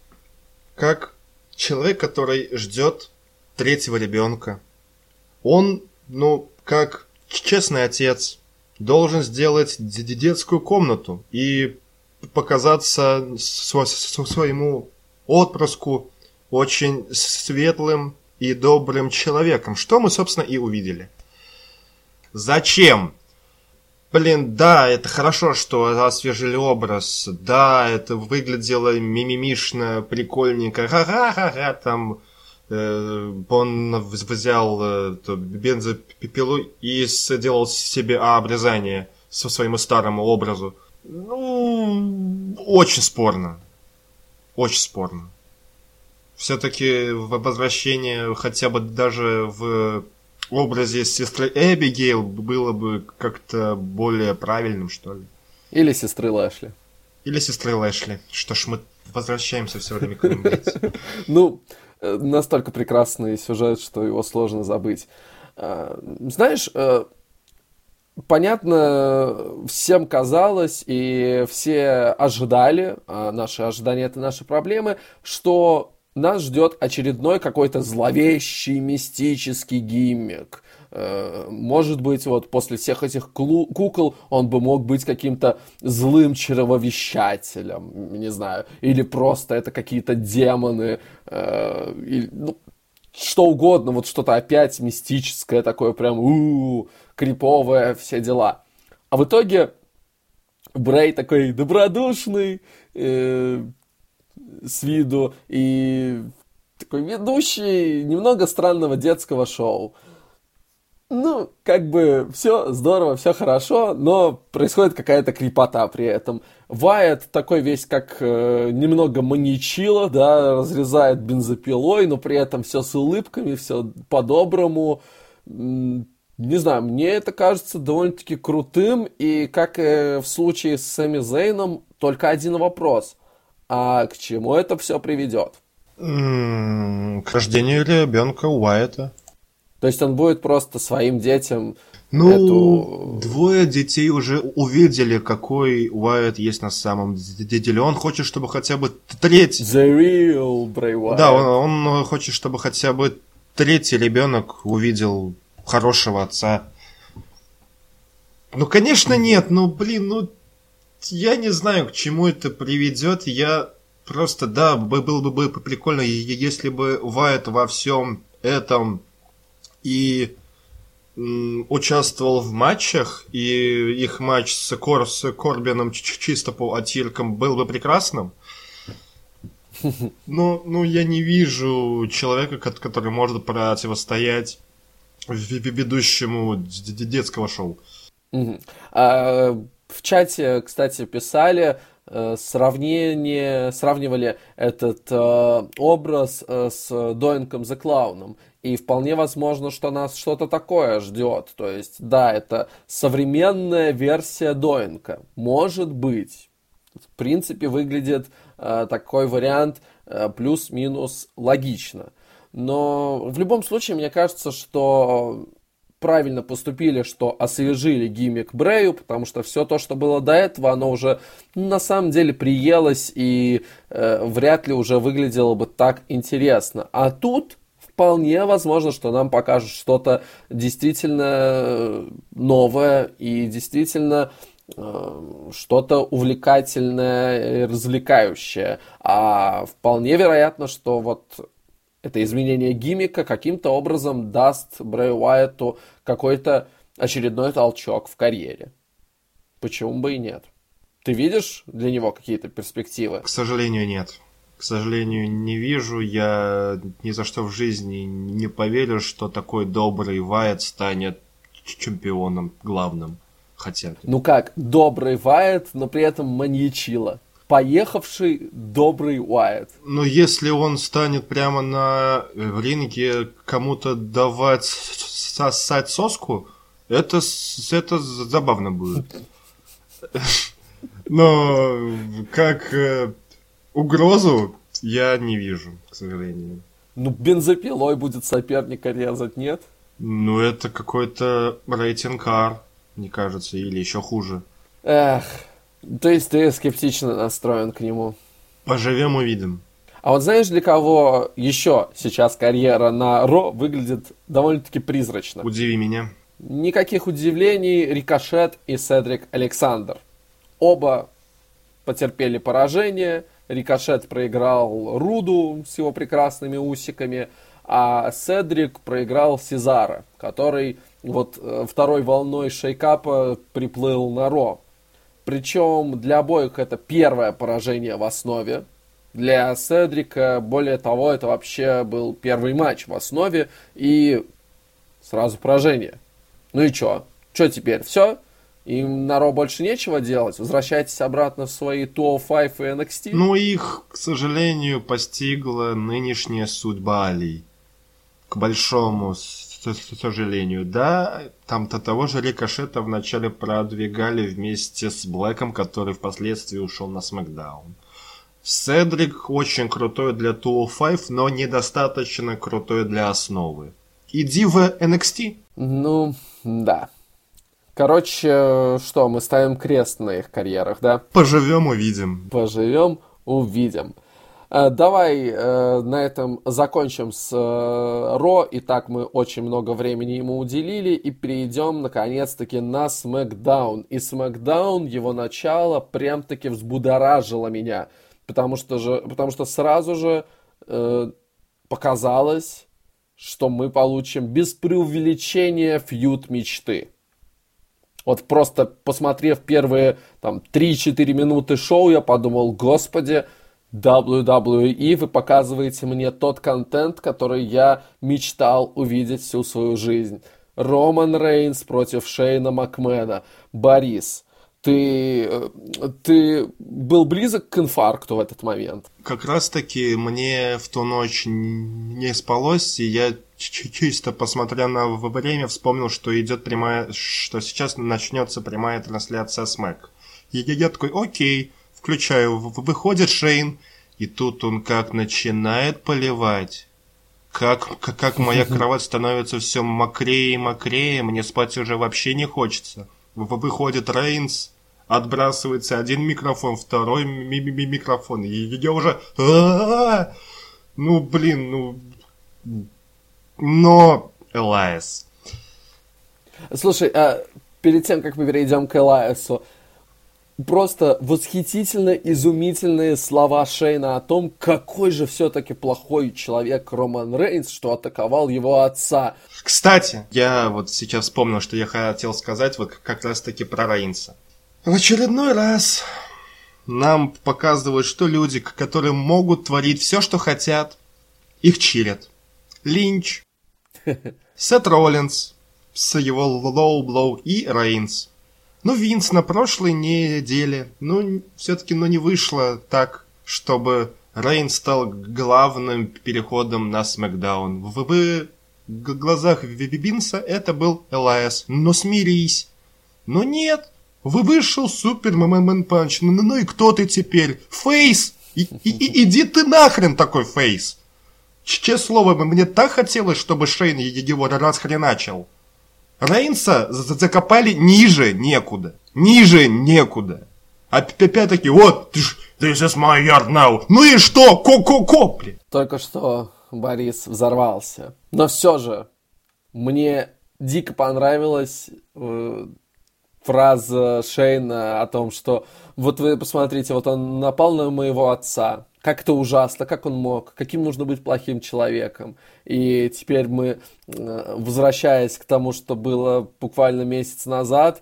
Как человек, который ждет третьего ребенка. Он, ну, как честный отец, должен сделать детскую комнату и показаться своему отпрыску очень светлым и добрым человеком, что мы, собственно, и увидели. Зачем? Блин, да, это хорошо, что освежили образ, да, это выглядело мимимишно, прикольненько, ха-ха-ха-ха, там... Он взял бензопилу и сделал себе обрезание со своему старому образу. Ну, очень спорно. Очень спорно. Все-таки возвращение хотя бы даже в образе сестры Эбигейл было бы как-то более правильным, что ли. Или сестры Лэшли. Или сестры Лэшли. Что ж, мы возвращаемся все время к ним. Ну... Настолько прекрасный сюжет, что его сложно забыть. Знаешь, понятно, всем казалось, и все ожидали, а наши ожидания — это наши проблемы, что нас ждет очередной какой-то зловещий мистический гиммик. Может быть, вот после всех этих клу- кукол он бы мог быть каким-то злым чревовещателем, не знаю, или просто это какие-то демоны, э, или, ну, что угодно, вот что-то опять мистическое такое, прям у-у-у, криповое, все дела. А в итоге Брэй такой добродушный э, с виду и такой ведущий немного странного детского шоу. Ну, как бы все здорово, все хорошо, но происходит какая-то крепота при этом. Вайт такой весь как э, немного маньячило, да, разрезает бензопилой, но при этом все с улыбками, все по-доброму. М- не знаю, мне это кажется довольно-таки крутым, и как и в случае с Сами Зейном, только один вопрос. А к чему это все приведет? Mm, к рождению ребенка Уайта. То есть он будет просто своим детям... Ну, эту... двое детей уже увидели, какой Уайт есть на самом деле. Он хочет, чтобы хотя бы третий... The real Bray Wyatt. Да, он, он хочет, чтобы хотя бы третий ребенок увидел хорошего отца. Ну, конечно, нет. Ну, блин, ну, я не знаю, к чему это приведет. Я просто, да, было бы было бы прикольно, если бы Вайт во всем этом и м, участвовал в матчах, и их матч с, Кор, с Корбином чисто по отиркам был бы прекрасным. Но ну, я не вижу человека, который может противостоять ведущему ведущему шоу. Угу. А, в чате, кстати, писали, э, сравнение, сравнивали этот э, образ э, с Доинком the Clown. И вполне возможно, что нас что-то такое ждет. То есть, да, это современная версия Доинка. Может быть. В принципе, выглядит э, такой вариант э, плюс-минус логично. Но в любом случае, мне кажется, что правильно поступили, что освежили гиммик Брэю, потому что все то, что было до этого, оно уже на самом деле приелось и э, вряд ли уже выглядело бы так интересно. А тут вполне возможно, что нам покажут что-то действительно новое и действительно э, что-то увлекательное и развлекающее. А вполне вероятно, что вот это изменение гиммика каким-то образом даст Брэю Уайту какой-то очередной толчок в карьере. Почему бы и нет? Ты видишь для него какие-то перспективы? К сожалению, нет. К сожалению, не вижу. Я ни за что в жизни не поверю, что такой добрый Вайт станет чемпионом главным. Хотя... Ну как, добрый Вайт, но при этом маньячила. Поехавший добрый Уайт. Но если он станет прямо на ринге кому-то давать сосать соску, это, это забавно будет. Но как э, угрозу я не вижу, к сожалению. Ну, бензопилой будет соперника резать, нет? Ну, это какой-то рейтинг-ар, мне кажется, или еще хуже. Эх... То есть ты скептично настроен к нему. Поживем, увидим. А вот знаешь, для кого еще сейчас карьера на Ро выглядит довольно-таки призрачно? Удиви меня. Никаких удивлений, Рикошет и Седрик Александр. Оба потерпели поражение. Рикошет проиграл Руду с его прекрасными усиками, а Седрик проиграл Сезара, который вот второй волной шейкапа приплыл на Ро. Причем для обоих это первое поражение в основе. Для Седрика, более того, это вообще был первый матч в основе и сразу поражение. Ну и чё? Чё теперь? Все? Им на Ро больше нечего делать? Возвращайтесь обратно в свои двести пять и эн экс ти? Ну, их, к сожалению, постигла нынешняя судьба Али. К большому сожалению. Да, там-то того же Рикошета вначале продвигали вместе с Блэком, который впоследствии ушел на Смэкдаун. Седрик очень крутой для двести пять, но недостаточно крутой для основы. Иди в эн экс ти. Ну, да. Короче, что, мы ставим крест на их карьерах, да? Поживем, увидим. Поживем, увидим. Давай э, на этом закончим с э, Ро. И так мы очень много времени ему уделили. И перейдем, наконец-таки, на Смэкдаун. И Смэкдаун, его начало прям-таки взбудоражило меня. Потому что, же, потому что сразу же э, показалось, что мы получим без преувеличения фьюд мечты. Вот просто посмотрев первые там три-четыре минуты шоу, я подумал, господи, дабл ю дабл ю и, вы показываете мне тот контент, который я мечтал увидеть всю свою жизнь. Роман Рейнс против Шейна Макмена. Борис, ты, ты был близок к инфаркту в этот момент? Как раз таки мне в ту ночь не спалось, и я чисто посмотря на время вспомнил, что идет прямая, что сейчас начнется прямая трансляция Смэк. И я такой, окей. Включаю, выходит Шейн, и тут он как начинает поливать. Как, как, как моя кровать становится все мокрее и мокрее, мне спать уже вообще не хочется. Выходит Рейнс, отбрасывается один микрофон, второй ми- ми- микрофон, и я уже... А-а-а! Ну, блин, ну... Но... Элайс. Слушай, а перед тем, как мы перейдем к Элайасу, просто восхитительно изумительные слова Шейна о том, какой же все-таки плохой человек Роман Рейнс, что атаковал его отца. Кстати, я вот сейчас вспомнил, что я хотел сказать вот как раз-таки про Рейнса. В очередной раз нам показывают, что люди, которые могут творить все, что хотят, их чилят. Линч, Сет Роллинс с его лоу-блоу и Рейнс. Ну, Винс на прошлой неделе, ну, все-таки, ну, не вышло так, чтобы Рейнс стал главным переходом на Смэкдаун. В, в глазах Винса это был Элайас. Но смирись. Но нет, вы вышел Супермен Панч. Ну, ну и кто ты теперь? Фейс! И, и, и, иди ты нахрен такой Фейс! Честное слово, мне так хотелось, чтобы Шейн его расхреначил. Рейнса закопали ниже некуда. Ниже некуда. А опять-таки, вот, this is my yard now. Ну и что? Ко-ко-ко, блин. Только что Борис взорвался. Но все же, мне дико понравилась э, фраза Шейна о том, что вот вы посмотрите, вот он напал на моего отца. Как это ужасно, как он мог, каким нужно быть плохим человеком. И теперь мы, возвращаясь к тому, что было буквально месяц назад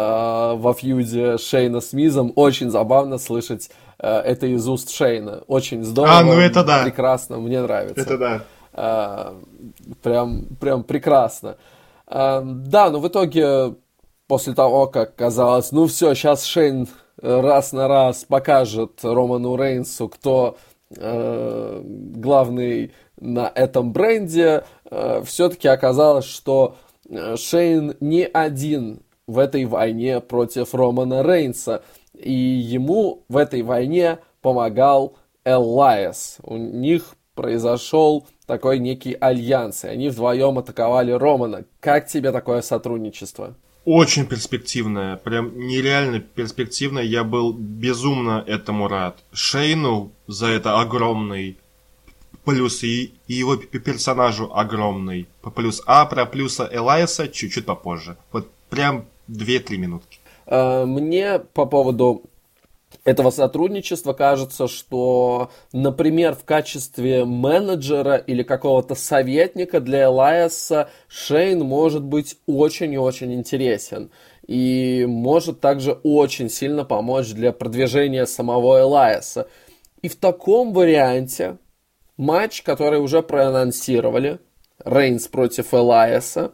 во фьюде Шейна с Мизом, очень забавно слышать это из уст Шейна. Очень здорово, а, ну это да. Прекрасно, мне нравится. Это да. Прям, прям прекрасно. Да, но в итоге, после того, как казалось, ну все, сейчас Шейн раз на раз покажет Роману Рейнсу, кто э, главный на этом бренде, э, все-таки оказалось, что Шейн не один в этой войне против Романа Рейнса, и ему в этой войне помогал Элайас. У них произошел такой некий альянс, и они вдвоем атаковали Романа. Как тебе такое сотрудничество? Очень перспективная, прям нереально перспективная. Я был безумно этому рад. Шейну за это огромный плюс, и, и его персонажу огромный плюс. А про плюса Элайаса чуть-чуть попозже. Вот прям две-три минутки. Мне по поводу этого сотрудничества кажется, что, например, в качестве менеджера или какого-то советника для Элайаса Шейн может быть очень и очень интересен. И может также очень сильно помочь для продвижения самого Элайаса. И в таком варианте матч, который уже проанонсировали, Рейнс против Элайаса,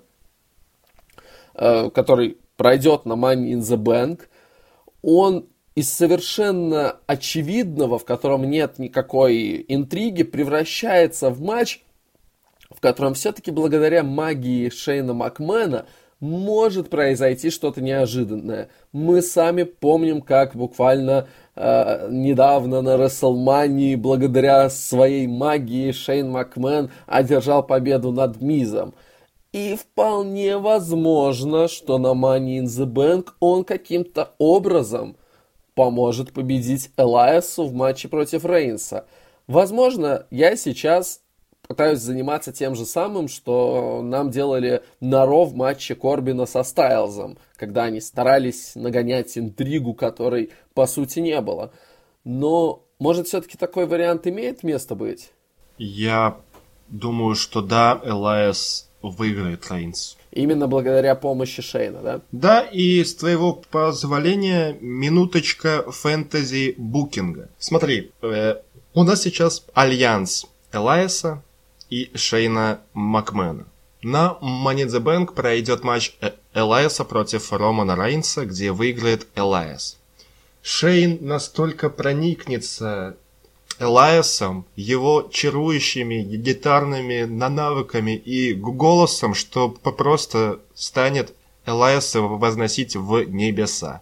который пройдет на Money in the Bank, он из совершенно очевидного, в котором нет никакой интриги, превращается в матч, в котором все-таки благодаря магии Шейна Макмена может произойти что-то неожиданное. Мы сами помним, как буквально э, недавно на Рестлмании благодаря своей магии Шейн Макмен одержал победу над Мизом. И вполне возможно, что на Money in the Bank он каким-то образом поможет победить Элайасу в матче против Рейнса. Возможно, я сейчас пытаюсь заниматься тем же самым, что нам делали на Ро в матче Корбина со Стайлзом, когда они старались нагонять интригу, которой по сути не было. Но, может, все-таки такой вариант имеет место быть? Я думаю, что да, Элайас выиграет Рейнс. Именно благодаря помощи Шейна, да? Да, и с твоего позволения минуточка фэнтези-букинга. Смотри, э, у нас сейчас альянс Элайаса и Шейна Макмена. На Money in the Bank пройдет матч Элайаса против Романа Рейнса, где выиграет Элайас. Шейн настолько проникнется Элайасом, его чарующими гитарными навыками и голосом, что просто станет Элайаса возносить в небеса.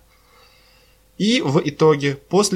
И в итоге, после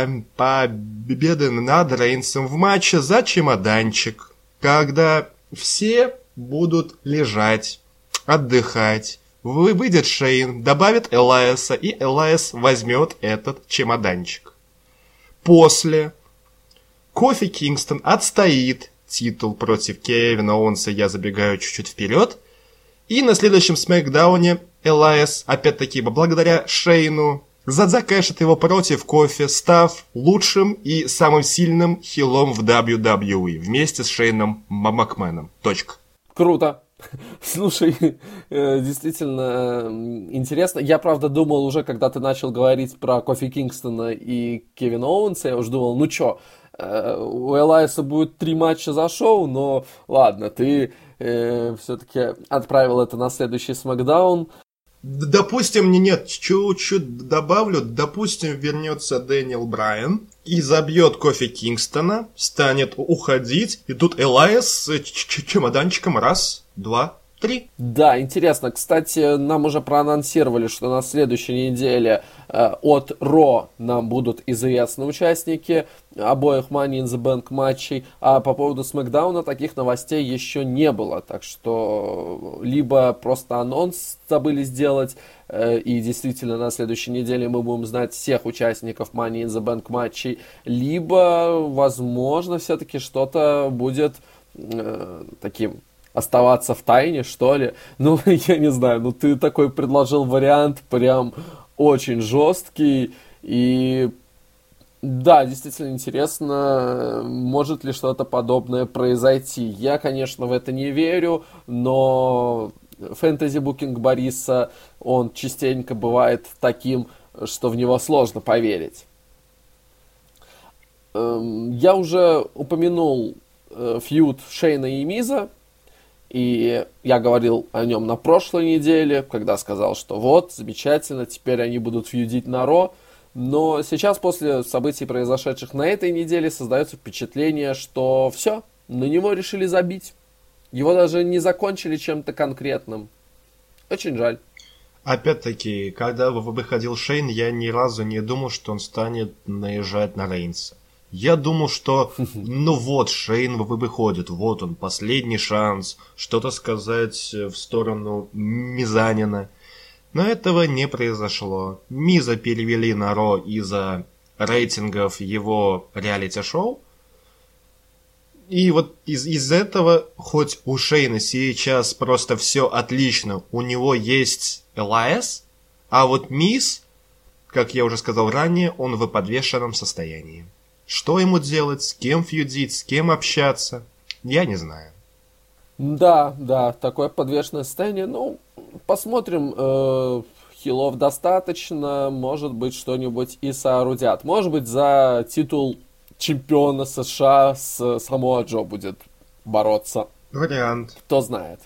победы над Рейнсом в матче за чемоданчик, когда все будут лежать, отдыхать, выйдет Шейн, добавит Элайаса, и Элайас возьмет этот чемоданчик. После Кофи Кингстон отстоит титул против Кевина Оуэнса, я забегаю чуть-чуть вперед. И на следующем Смэкдауне Элайс, опять-таки, благодаря Шейну, задзакэшит его против Кофи, став лучшим и самым сильным хилом в дабл ю дабл ю и вместе с Шейном Макменом. Точка. Круто. Слушай, действительно интересно. Я, правда, думал уже, когда ты начал говорить про Кофи Кингстона и Кевина Оуэнса, я уже думал, ну чё, у Элайса будет три матча за шоу, но ладно, ты э, все-таки отправил это на следующий Смакдаун. Допустим, не нет, чуть-чуть добавлю, допустим, вернется Дэниел Брайан и забьет Кофи Кингстона, станет уходить, и тут Элайс с чемоданчиком раз, два, три. Да, интересно. Кстати, нам уже проанонсировали, что на следующей неделе э, от Ро нам будут известны участники обоих Money in the Bank матчей, а по поводу Смакдауна таких новостей еще не было, так что либо просто анонс забыли сделать, э, и действительно на следующей неделе мы будем знать всех участников Money in the Bank матчей, либо, возможно, все-таки что-то будет э, таким... оставаться в тайне, что ли? Ну, я не знаю, ну ты такой предложил вариант прям очень жесткий, и да, действительно интересно, может ли что-то подобное произойти. Я, конечно, в это не верю, но фэнтези-букинг Бориса, он частенько бывает таким, что в него сложно поверить. Я уже упомянул фьюд Шейна и Миза, и я говорил о нем на прошлой неделе, когда сказал, что вот, замечательно, теперь они будут фьюдить на Ро. Но сейчас, после событий, произошедших на этой неделе, создается впечатление, что все, на него решили забить. Его даже не закончили чем-то конкретным. Очень жаль. Опять-таки, когда выходил Шейн, я ни разу не думал, что он станет наезжать на Рейнса. Я думал, что, ну вот, Шейн выходит, вот он, последний шанс что-то сказать в сторону Мизанина. Но этого не произошло. Миза перевели на Ро из-за рейтингов его реалити-шоу. И вот из- из этого, хоть у Шейна сейчас просто все отлично, у него есть Элайс, а вот Миз, как я уже сказал ранее, он в подвешенном состоянии. Что ему делать, с кем фьюдить, с кем общаться, я не знаю. Да, да, такое подвешенное состояние. Ну, посмотрим. Э, хилов достаточно, может быть, что-нибудь и соорудят. Может быть, за титул чемпиона США с Самоа Джо будет бороться. Вариант. Кто знает.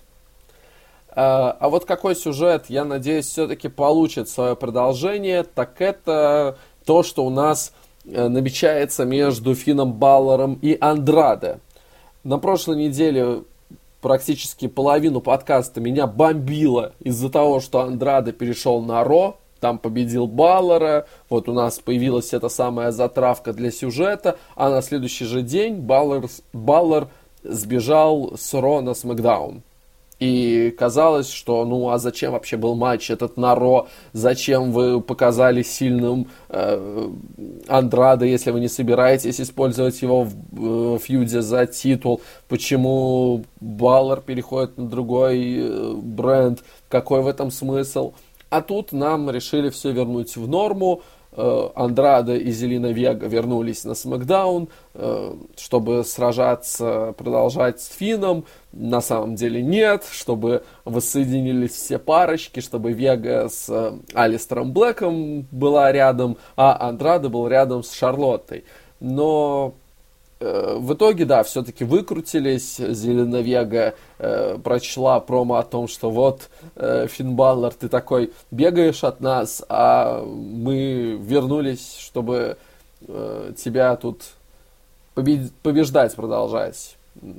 А, а вот какой сюжет, я надеюсь, все-таки получит свое продолжение, так это то, что у нас намечается между Финном Баллером и Андраде. На прошлой неделе практически половину подкаста меня бомбило из-за того, что Андраде перешел на Ро, там победил Баллера, вот у нас появилась эта самая затравка для сюжета, а на следующий же день Баллер, Баллер сбежал с Ро на Смакдаун. И казалось, что ну а зачем вообще был матч этот на Ро, зачем вы показали сильным э, Андраде, если вы не собираетесь использовать его в э, фьюде за титул, почему Баллер переходит на другой э, бренд, какой в этом смысл? А тут нам решили все вернуть в норму. Андраде и Зелина Вега вернулись на Смакдаун, чтобы сражаться, продолжать с Финном. На самом деле нет, чтобы воссоединились все парочки, чтобы Вега с Алистером Блэком была рядом, а Андраде был рядом с Шарлоттой. Но э, в итоге, да, все-таки выкрутились. Зелина Вега э, прочла промо о том, что вот, э, Финн Баллер, ты такой бегаешь от нас, а мы вернулись, чтобы э, тебя тут побед... побеждать продолжать.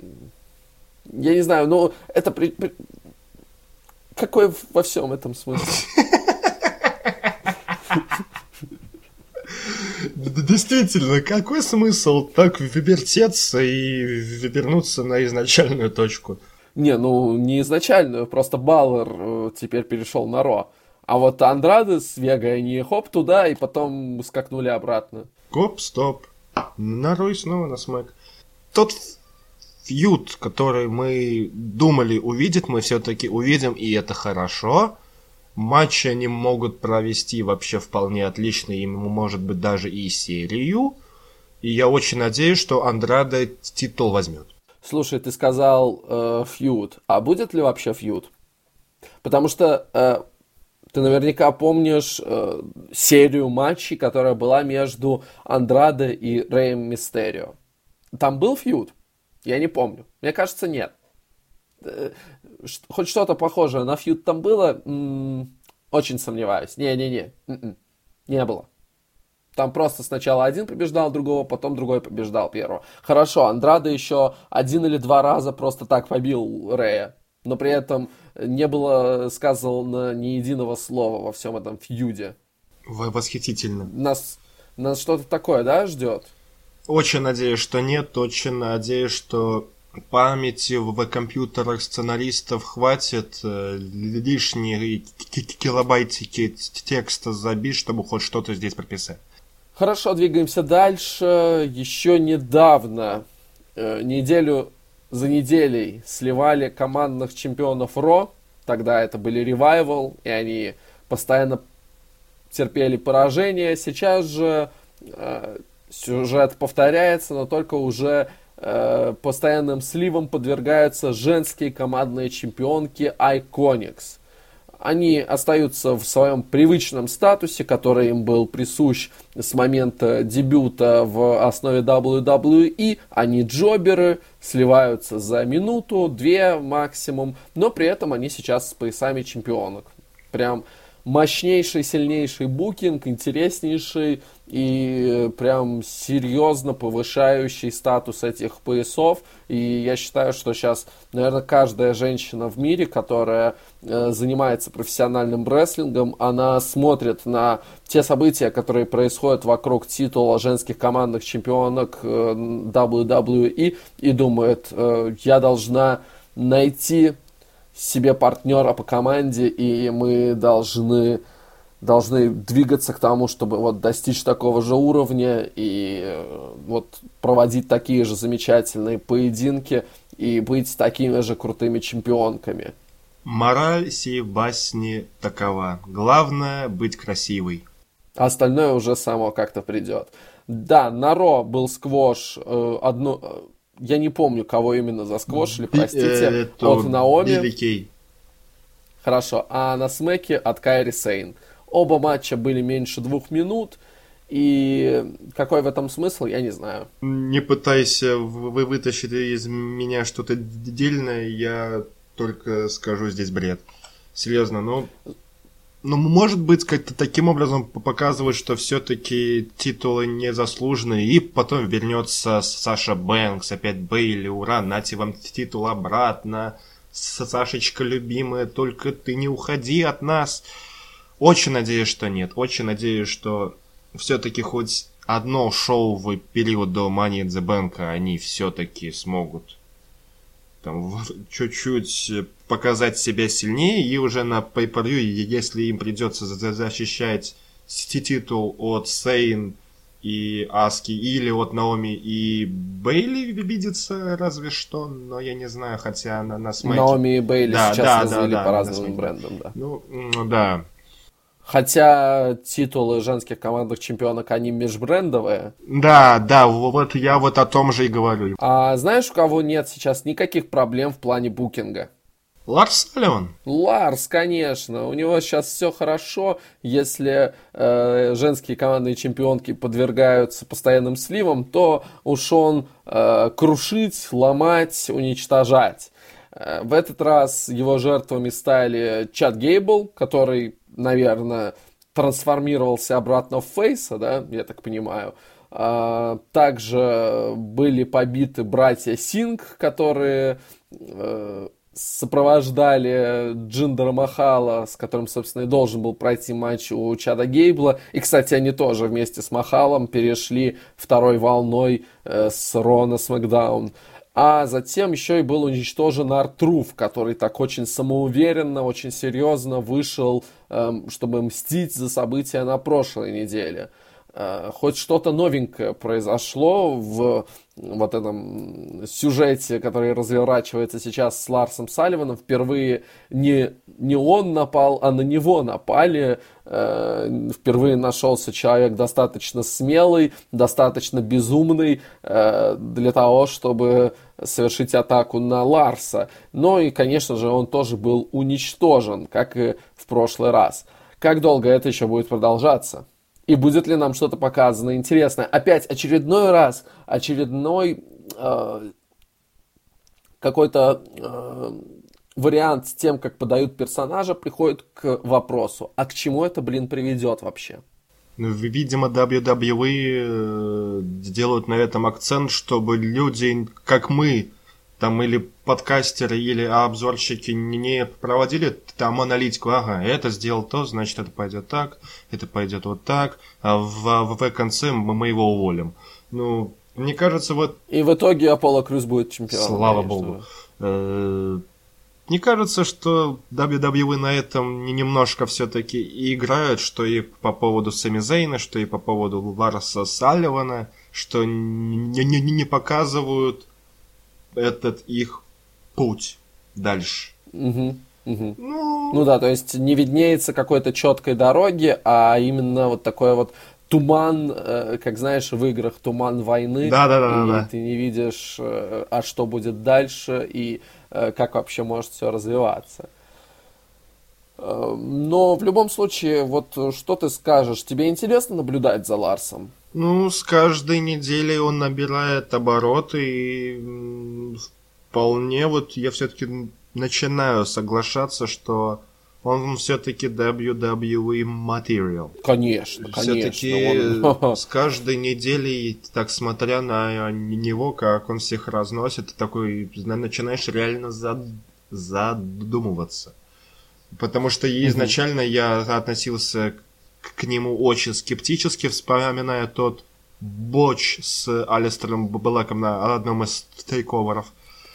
Я не знаю, но это... При... При... Какой во всем этом смысл? Действительно, какой смысл так вертеться и вернуться на изначальную точку? Не, ну не изначальную, просто Баллер э, теперь перешел на Ро. А вот Андраде с Вегой, они хоп туда и потом скакнули обратно. Гоп, стоп. На Ро и снова на Смэк. Тот фьюд, который мы думали увидеть, мы все-таки увидим, и это хорошо. Матчи они могут провести вообще вполне отлично, и, может быть, даже и серию. И я очень надеюсь, что Андраде титул возьмет. Слушай, ты сказал э, фьюд. А будет ли вообще фьюд? Потому что э, ты наверняка помнишь э, серию матчей, которая была между Андраде и Рэем Мистерио. Там был фьюд? Я не помню. Мне кажется, нет. Хоть что-то похожее на фьюд там было, м-м, очень сомневаюсь. Не-не-не, м-м, не было. Там просто сначала один побеждал другого, потом другой побеждал первого. Хорошо, Андраде еще один или два раза просто так побил Рэя, но при этом не было сказано ни единого слова во всем этом фьюде. Восхитительно. Нас, нас что-то такое, да, ждет? Очень надеюсь, что нет, очень надеюсь, что памяти в компьютерах сценаристов хватит, лишние килобайтики текста забить, чтобы хоть что-то здесь прописать. Хорошо, двигаемся дальше. Еще недавно, э, неделю за неделей, сливали командных чемпионов Ро. Тогда это были Revival, и они постоянно терпели поражение. Сейчас же э, сюжет повторяется, но только уже э, постоянным сливам подвергаются женские командные чемпионки Iconics. Они остаются в своем привычном статусе, который им был присущ с момента дебюта в основе дабл ю дабл ю и. Они джоберы, сливаются за минуту, две максимум, но при этом они сейчас с поясами чемпионок. Прям мощнейший, сильнейший букинг, интереснейший и прям серьезно повышающий статус этих поясов. И я считаю, что сейчас, наверное, каждая женщина в мире, которая э, занимается профессиональным рестлингом, она смотрит на те события, которые происходят вокруг титула женских командных чемпионок э, дабл ю дабл ю и, и думает, э, я должна найти себе партнера по команде, и мы должны, должны двигаться к тому, чтобы вот достичь такого же уровня и э, вот проводить такие же замечательные поединки и быть такими же крутыми чемпионками. Мораль сей басни такова. Главное быть красивой. Остальное уже само как-то придет. Да, на Ро был сквош э, одно... Я не помню, кого именно засквошили, простите, Это от Наоми. Билли Кей. Хорошо, а на Смеке от Кайри Сейн. Оба матча были меньше двух минут, и какой в этом смысл, я не знаю. Не пытайся вы вытащить из меня что-то дельное, я только скажу здесь бред. Серьезно, ну... Ну, может быть, как-то таким образом показывать, что все-таки титулы незаслуженные, и потом вернется Саша Бэнкс, опять Бейли, ура, нате вам титул обратно, Сашечка любимая, только ты не уходи от нас. Очень надеюсь, что нет, очень надеюсь, что все-таки хоть одно шоу в период до Money in the Bank они все-таки смогут там чуть-чуть показать себя сильнее, и уже на pay-per-view, если им придется защищать титул от Сейн и Аски или от Наоми и Бейли, видится разве что, но я не знаю, хотя на, на смеке... Наоми и Бейли да, сейчас да, развели да, по да, разным брендам, да. Ну, да. Хотя титулы женских командных чемпионок, они межбрендовые. Да, да, вот я вот о том же и говорю. А знаешь, у кого нет сейчас никаких проблем в плане букинга? Ларс Салливан. Ларс, конечно. У него сейчас все хорошо, если э, женские командные чемпионки подвергаются постоянным сливам, то уж он э, крушить, ломать, уничтожать. Э, в этот раз его жертвами стали Чад Гейбл, который, наверное, трансформировался обратно в фейса, да, я так понимаю. А, также были побиты братья Синг, которые э, сопровождали Джиндера Махала, с которым, собственно, и должен был пройти матч у Чада Гейбла. И, кстати, они тоже вместе с Махалом перешли второй волной э, с Ро на Смэкдаун. А затем еще и был уничтожен Ар-Труф, который так очень самоуверенно, очень серьезно вышел, эм, чтобы мстить за события на прошлой неделе. э, хоть что-то новенькое произошло в вот этом сюжете, который разворачивается сейчас с Ларсом Салливаном. Впервые не, не он напал, а на него напали. Э, впервые нашелся человек достаточно смелый, достаточно безумный э, для того, чтобы совершить атаку на Ларса. Но и, конечно же, он тоже был уничтожен, как и в прошлый раз. Как долго это еще будет продолжаться? И будет ли нам что-то показано интересное? Опять очередной раз, очередной э, какой-то э, вариант с тем, как подают персонажа, приходит к вопросу, а к чему это, блин, приведет вообще? Ну, видимо, дабл ю дабл ю и делают на этом акцент, чтобы люди, как мы, там или подкастеры, или обзорщики не проводили там аналитику, ага, это сделал то, значит это пойдет так, это пойдет вот так, а в, в конце мы, мы его уволим. Ну, мне кажется, вот... И в итоге Аполло Крюс будет чемпионом. Слава богу. Э-э- мне кажется, что дабл ю дабл ю и на этом немножко все-таки и играют, что и по поводу Сами Зейна, что и по поводу Ларса Салливана, что не, не, не показывают этот их путь дальше. Угу, угу. Ну... ну да, то есть не виднеется какой-то четкой дороги, а именно вот такой вот туман, э, как знаешь, в играх туман войны. Да, да, да, и да. ты не видишь, э, а что будет дальше и э, как вообще может все развиваться. Э, но в любом случае, вот что ты скажешь? Тебе интересно наблюдать за Ларсом? Ну, с каждой неделей он набирает обороты, и вполне вот я все-таки начинаю соглашаться, что он все-таки дабл ю дабл ю и материал. Конечно, конечно. Все-таки он... с каждой неделей, так смотря на него, как он всех разносит, такой начинаешь реально зад... задумываться. Потому что изначально угу. я относился к нему очень скептически, вспоминая тот боч с Алистером Блэком на одном из тейковеров.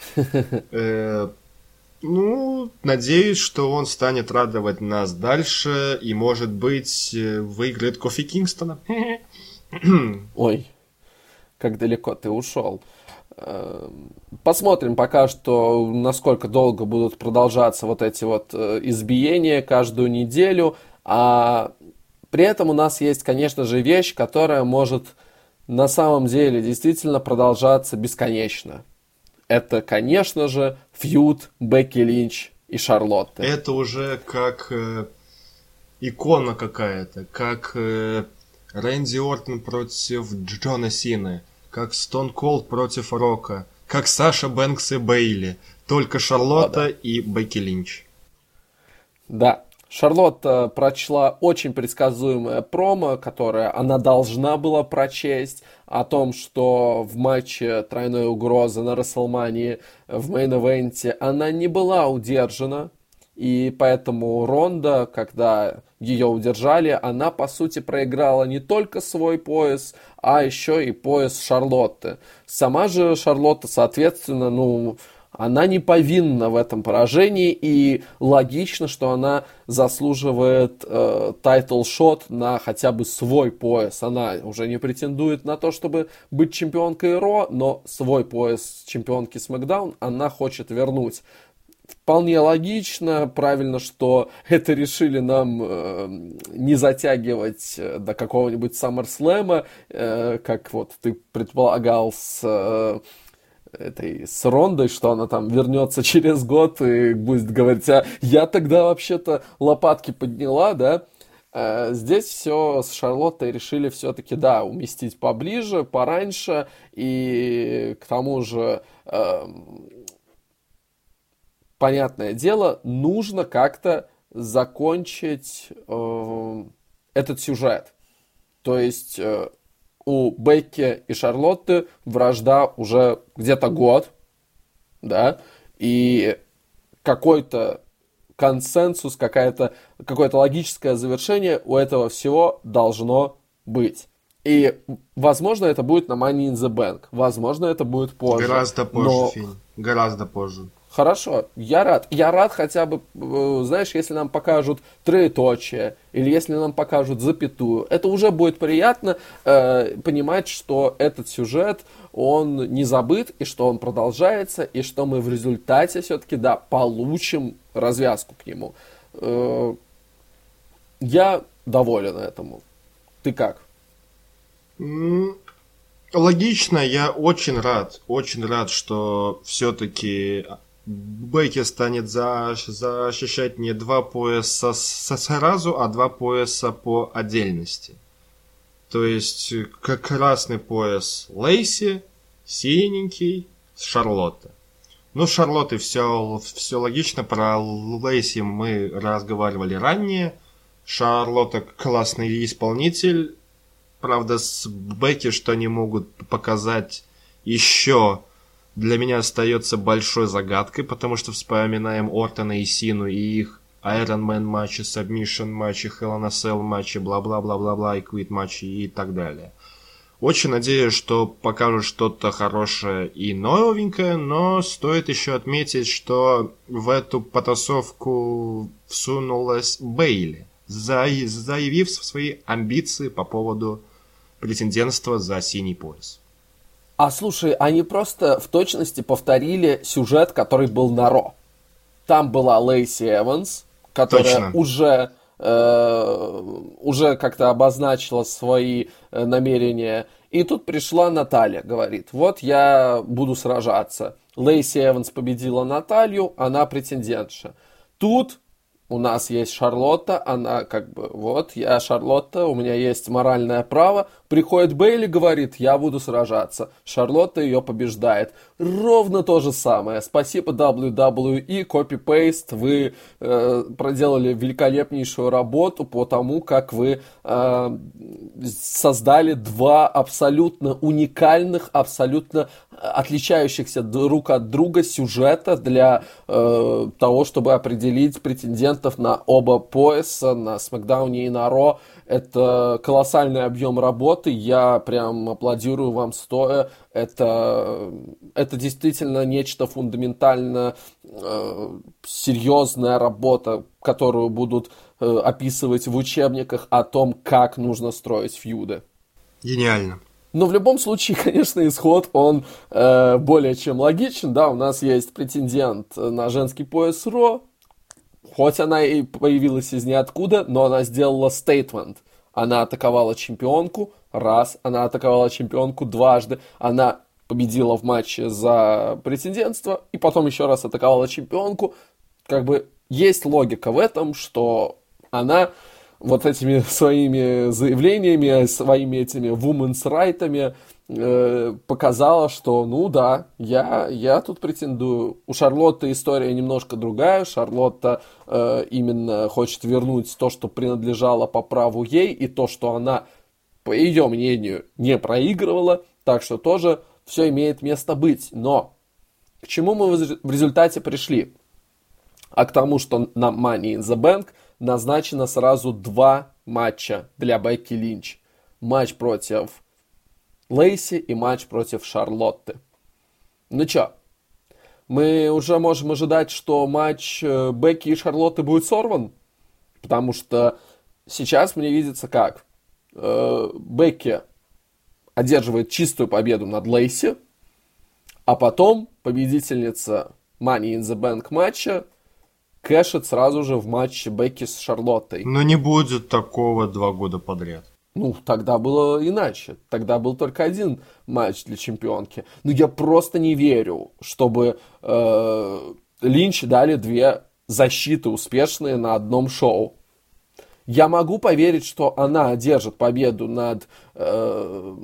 Ну, надеюсь, что он станет радовать нас дальше и, может быть, выиграет Кофи Кингстона. Ой, как далеко ты ушел. Посмотрим пока что, насколько долго будут продолжаться вот эти вот избиения каждую неделю. А при этом у нас есть, конечно же, вещь, которая может на самом деле действительно продолжаться бесконечно. Это, конечно же, фьюд Бекки Линч и Шарлотты. Это уже как э, икона какая-то, как э, Рэнди Ортон против Джона Сины, как Стон Колд против Рока, как Саша Бэнкс и Бейли, только Шарлотта О, да. и Бекки Линч. Да. Шарлотта прочла очень предсказуемое промо, которое она должна была прочесть, о том, что в матче тройной угрозы на Расселмании в мейн-эвенте она не была удержана, и поэтому Ронда, когда ее удержали, она, по сути, проиграла не только свой пояс, а еще и пояс Шарлотты. Сама же Шарлотта, соответственно, ну... она не повинна в этом поражении, и логично, что она заслуживает тайтл-шот э, на хотя бы свой пояс. Она уже не претендует на то, чтобы быть чемпионкой Ро, но свой пояс чемпионки Смэкдаун она хочет вернуть. Вполне логично, правильно, что это решили нам э, не затягивать до какого-нибудь SummerSlam, э, как вот ты предполагал с... Э, этой с Рондой, что она там вернется через год и будет говорить, а я тогда вообще-то лопатки подняла, да? А здесь все с Шарлоттой решили все-таки, да, уместить поближе, пораньше, и к тому же, э, понятное дело, нужно как-то закончить э, этот сюжет. То есть... Э, у Бекки и Шарлотты вражда уже где-то год, да, и какой-то консенсус, какая-то, какое-то логическое завершение у этого всего должно быть. И, возможно, это будет на Money in the Bank, возможно, это будет позже. Гораздо позже, но... Финн, гораздо позже. Хорошо, я рад. Я рад хотя бы, э, знаешь, если нам покажут троеточие, или если нам покажут запятую. Это уже будет приятно э, понимать, что этот сюжет, он не забыт, и что он продолжается, и что мы в результате все-таки, да, получим развязку к нему. Э, я доволен этому. Ты как? М, Логично, я очень рад, очень рад, что все-таки Бекки станет за- защищать не два пояса с- сразу, а два пояса по отдельности. То есть, как красный пояс Лейси, синенький Шарлотта. Ну, с Шарлоттой все, все логично, про Лейси мы разговаривали ранее. Шарлотта классный исполнитель. Правда, с Бекки, что они могут показать еще, для меня остается большой загадкой, потому что вспоминаем Ортона и Сину и их Iron Man матчи, Submission матчи, Hell in a Cell матчи, бла-бла-бла-бла-бла, и Quit матчи и так далее. Очень надеюсь, что покажут что-то хорошее и новенькое, но стоит еще отметить, что в эту потасовку всунулась Бейли, заявив свои амбиции по поводу претендентства за синий пояс. А слушай, они просто в точности повторили сюжет, который был на Ро. Там была Лейси Эванс, которая Точно. уже, э, уже как-то обозначила свои э, намерения. И тут пришла Наталья, говорит, вот я буду сражаться. Лейси Эванс победила Наталью, она претендентша. Тут у нас есть Шарлотта, она как бы, вот, я Шарлотта, у меня есть моральное право. Приходит Бейли, говорит, я буду сражаться. Шарлотта ее побеждает. Ровно то же самое. Спасибо дабл ю дабл ю и, копи-пейст, вы э, проделали великолепнейшую работу по тому, как вы э, создали два абсолютно уникальных, абсолютно отличающихся друг от друга сюжета для э, того, чтобы определить претендентов на оба пояса, на Смакдауне и на Ро. Это колоссальный объем работы, я прям аплодирую вам стоя. Это, это действительно нечто фундаментально э, серьезная работа, которую будут э, описывать в учебниках о том, как нужно строить фьюды. Гениально. Но в любом случае, конечно, исход, он э, более чем логичен. Да, у нас есть претендент на женский пояс Ро. Хоть она и появилась из ниоткуда, но она сделала стейтмент. Она атаковала чемпионку раз, она атаковала чемпионку дважды, она победила в матче за претендентство, и потом еще раз атаковала чемпионку. Как бы есть логика в этом, что она вот этими своими заявлениями, своими этими women's right'ами э, показала, что ну да, я, я тут претендую. У Шарлотты история немножко другая. Шарлотта э, именно хочет вернуть то, что принадлежало по праву ей, и то, что она, по ее мнению, не проигрывала. Так что тоже все имеет место быть. Но к чему мы в результате пришли? А к тому, что на Money in the Bank назначено сразу два матча для Бекки Линч. Матч против Лейси и матч против Шарлотты. Ну чё, мы уже можем ожидать, что матч Бекки и Шарлотты будет сорван? Потому что сейчас мне видится как. Бекки одерживает чистую победу над Лейси, а потом победительница Money in the Bank матча кэшит сразу же в матче Бекки с Шарлоттой. Но не будет такого два года подряд. Ну, тогда было иначе. Тогда был только один матч для чемпионки. Но я просто не верю, чтобы э, Линч дали две защиты успешные на одном шоу. Я могу поверить, что она одержит победу над, э,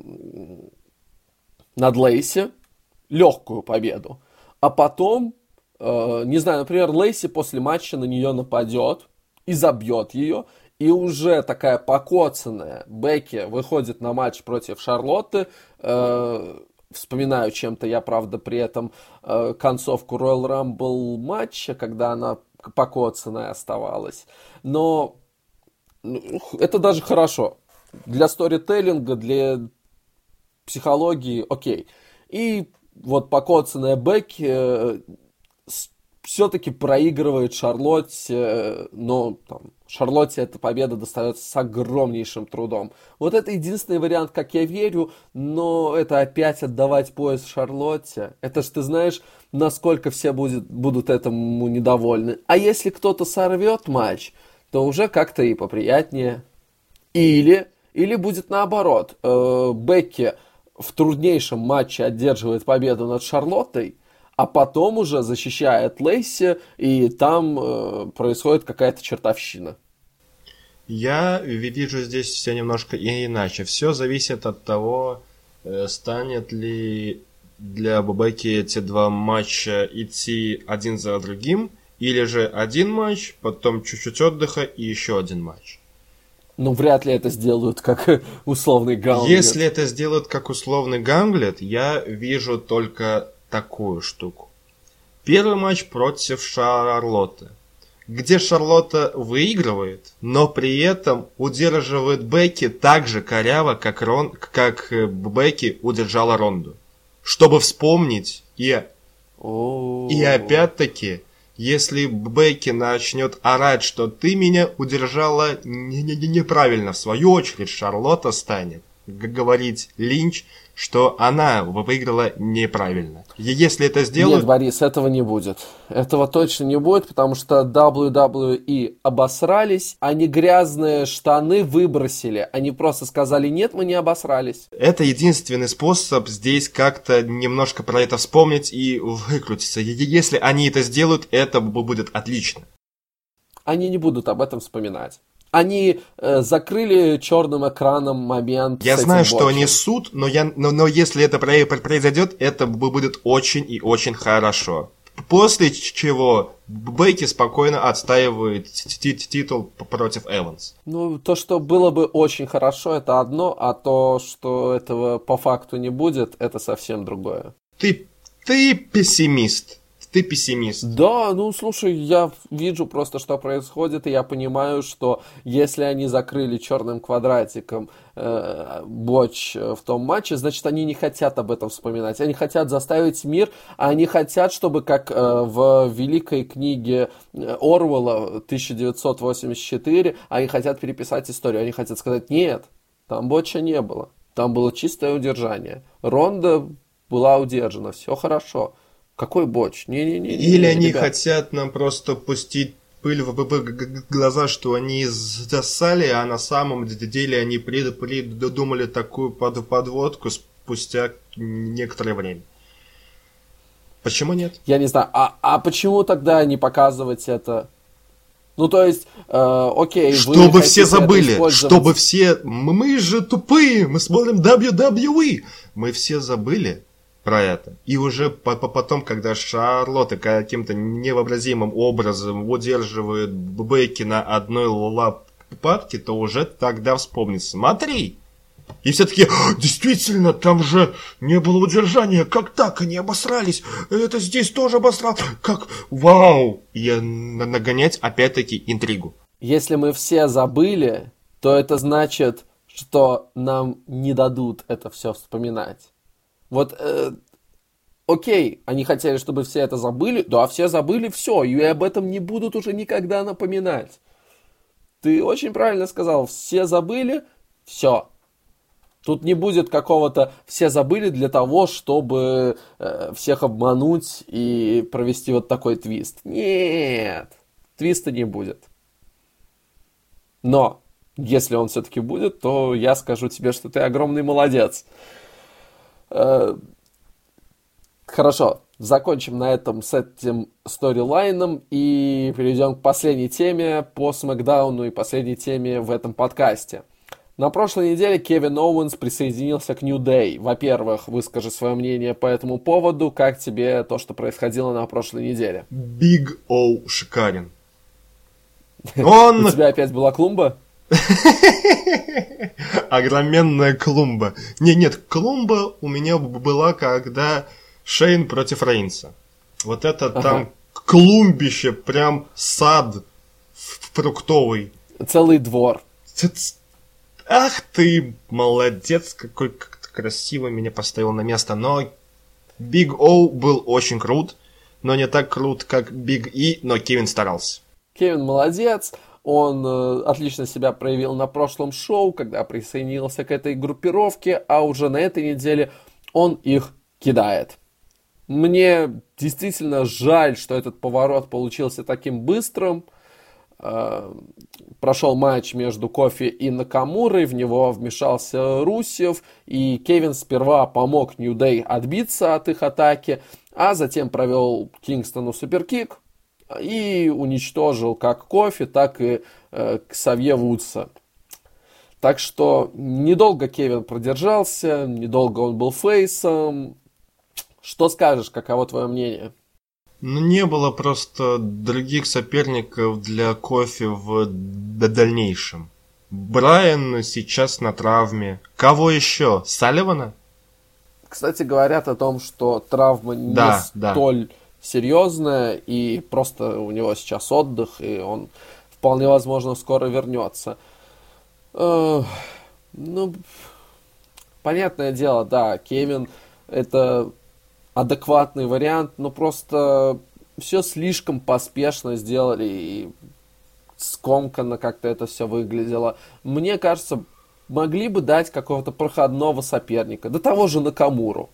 над Лейси, легкую победу, а потом, э, не знаю, например, Лейси после матча на нее нападет и забьет ее, и уже такая покоцанная Бекки выходит на матч против Шарлотты. Э, вспоминаю чем-то я, правда, при этом э, концовку Royal Rumble матча, когда она покоцанная оставалась. Но это даже хорошо. Для сторителлинга, для психологии, окей. И вот покоцанная Бекки с все-таки проигрывает Шарлотте, но там, Шарлотте эта победа достается с огромнейшим трудом. Вот это единственный вариант, как я верю, но это опять отдавать пояс Шарлотте. Это ж ты знаешь, насколько все будет, будут этому недовольны. А если кто-то сорвет матч, то уже как-то и поприятнее. Или, или будет наоборот. Э, Бекки в труднейшем матче одерживает победу над Шарлоттой, а потом уже защищает Лейси, и там э, происходит какая-то чертовщина. Я вижу здесь все немножко и иначе. Все зависит от того, э, станет ли для Бекки эти два матча идти один за другим, или же один матч, потом чуть-чуть отдыха и еще один матч. Ну, вряд ли это сделают как условный ганглет. Если это сделают как условный ганглет, я вижу только такую штуку. Первый матч против Шарлотты, где Шарлотта выигрывает, но при этом удерживает Бекки так же коряво, как, Рон, как Бекки удержала Ронду. Чтобы вспомнить, и, и опять-таки, если Бекки начнет орать, что ты меня удержала не- не- не- неправильно, в свою очередь Шарлотта станет говорить Линч, что она выиграла неправильно. И если это сделают... Нет, Борис, этого не будет. Этого точно не будет, потому что дабл ю дабл ю и обосрались, они грязные штаны выбросили. Они просто сказали, нет, мы не обосрались. Это единственный способ здесь как-то немножко про это вспомнить и выкрутиться. И если они это сделают, это будет отлично. Они не будут об этом вспоминать. Они э, закрыли черным экраном момент. Я с знаю, этим что матчем. они суд, но, я, но, но если это произойдет, это будет очень и очень хорошо. После чего Бекки спокойно отстаивает титул против Эванс. Ну, то, что было бы очень хорошо, это одно, а то, что этого по факту не будет, это совсем другое. Ты, ты пессимист. Ты пессимист. Да, ну слушай, я вижу просто, что происходит, и я понимаю, что если они закрыли черным квадратиком э, Ботч в том матче, значит, они не хотят об этом вспоминать. Они хотят заставить мир, а они хотят, чтобы, как э, в великой книге Оруэлла тысяча девятьсот восемьдесят четыре, они хотят переписать историю. Они хотят сказать, нет, там Ботча не было. Там было чистое удержание. Ронда была удержана, все хорошо. Какой Ботч? Не-не-не. Или они ребят. хотят нам просто пустить пыль в глаза, что они засали, а на самом деле они придумали такую подводку спустя некоторое время. Почему нет? Я не знаю. А, а почему тогда не показывать это? Ну, то есть, э, окей, чтобы вы все забыли, использовать... чтобы все... Мы же тупые, мы смотрим дабл ю дабл ю и. Мы все забыли про это. И уже потом, когда Шарлотта каким-то невообразимым образом удерживает Бекки на одной лопатке, то уже тогда вспомнит. Смотри! И все таки действительно, там же не было удержания. Как так? Они обосрались. Это здесь тоже обосрал. Как? Вау! И нагонять опять-таки интригу. Если мы все забыли, то это значит, что нам не дадут это все вспоминать. Вот, э, окей, они хотели, чтобы все это забыли. Да, все забыли, все, и об этом не будут уже никогда напоминать. Ты очень правильно сказал, все забыли, все. Тут не будет какого-то «все забыли» для того, чтобы э, всех обмануть и провести вот такой твист. Нет, твиста не будет. Но, если он все-таки будет, то я скажу тебе, что ты огромный молодец. Э, хорошо, закончим на этом с этим сторилайном и перейдем к последней теме по Смэкдауну и последней теме в этом подкасте. На прошлой неделе Кевин Оуэнс присоединился к New Day. Во-первых, выскажи свое мнение по этому поводу. Как тебе то, что происходило на прошлой неделе? Big O шикарен. Он... У тебя опять была клумба? Огроменная клумба. Не, нет, клумба у меня была, когда Шейн против Рейнса. Вот это ага. Там клумбище, прям сад фруктовый. Целый двор. Ах ты, молодец, какой как красиво меня поставил на место. Но Big O был очень крут. но не так крут, как Биг И, но Кевин старался. Кевин молодец, он э, отлично себя проявил на прошлом шоу, когда присоединился к этой группировке, а уже на этой неделе он их кидает. Мне действительно жаль, что этот поворот получился таким быстрым. Э, прошел матч между Кофи и Накамурой, в него вмешался Русев, и Кевин сперва помог Нью Дэй отбиться от их атаки, а затем провел Кингстону суперкик и уничтожил как Кофи, так и э, Ксавье Вудса. Так что недолго Кевин продержался, недолго он был фейсом. Что скажешь, каково твое мнение? Ну, не было просто других соперников для Кофи в дальнейшем. Брайан сейчас на травме. Кого еще? Салливана? Кстати, говорят о том, что травма не да, столь да. серьезная, и просто у него сейчас отдых, и он вполне возможно скоро вернется. Э, ну, понятное дело, да, Кевин это адекватный вариант, но просто все слишком поспешно сделали, и скомканно как-то это все выглядело. Мне кажется, могли бы дать какого-то проходного соперника, да того же Накамуру,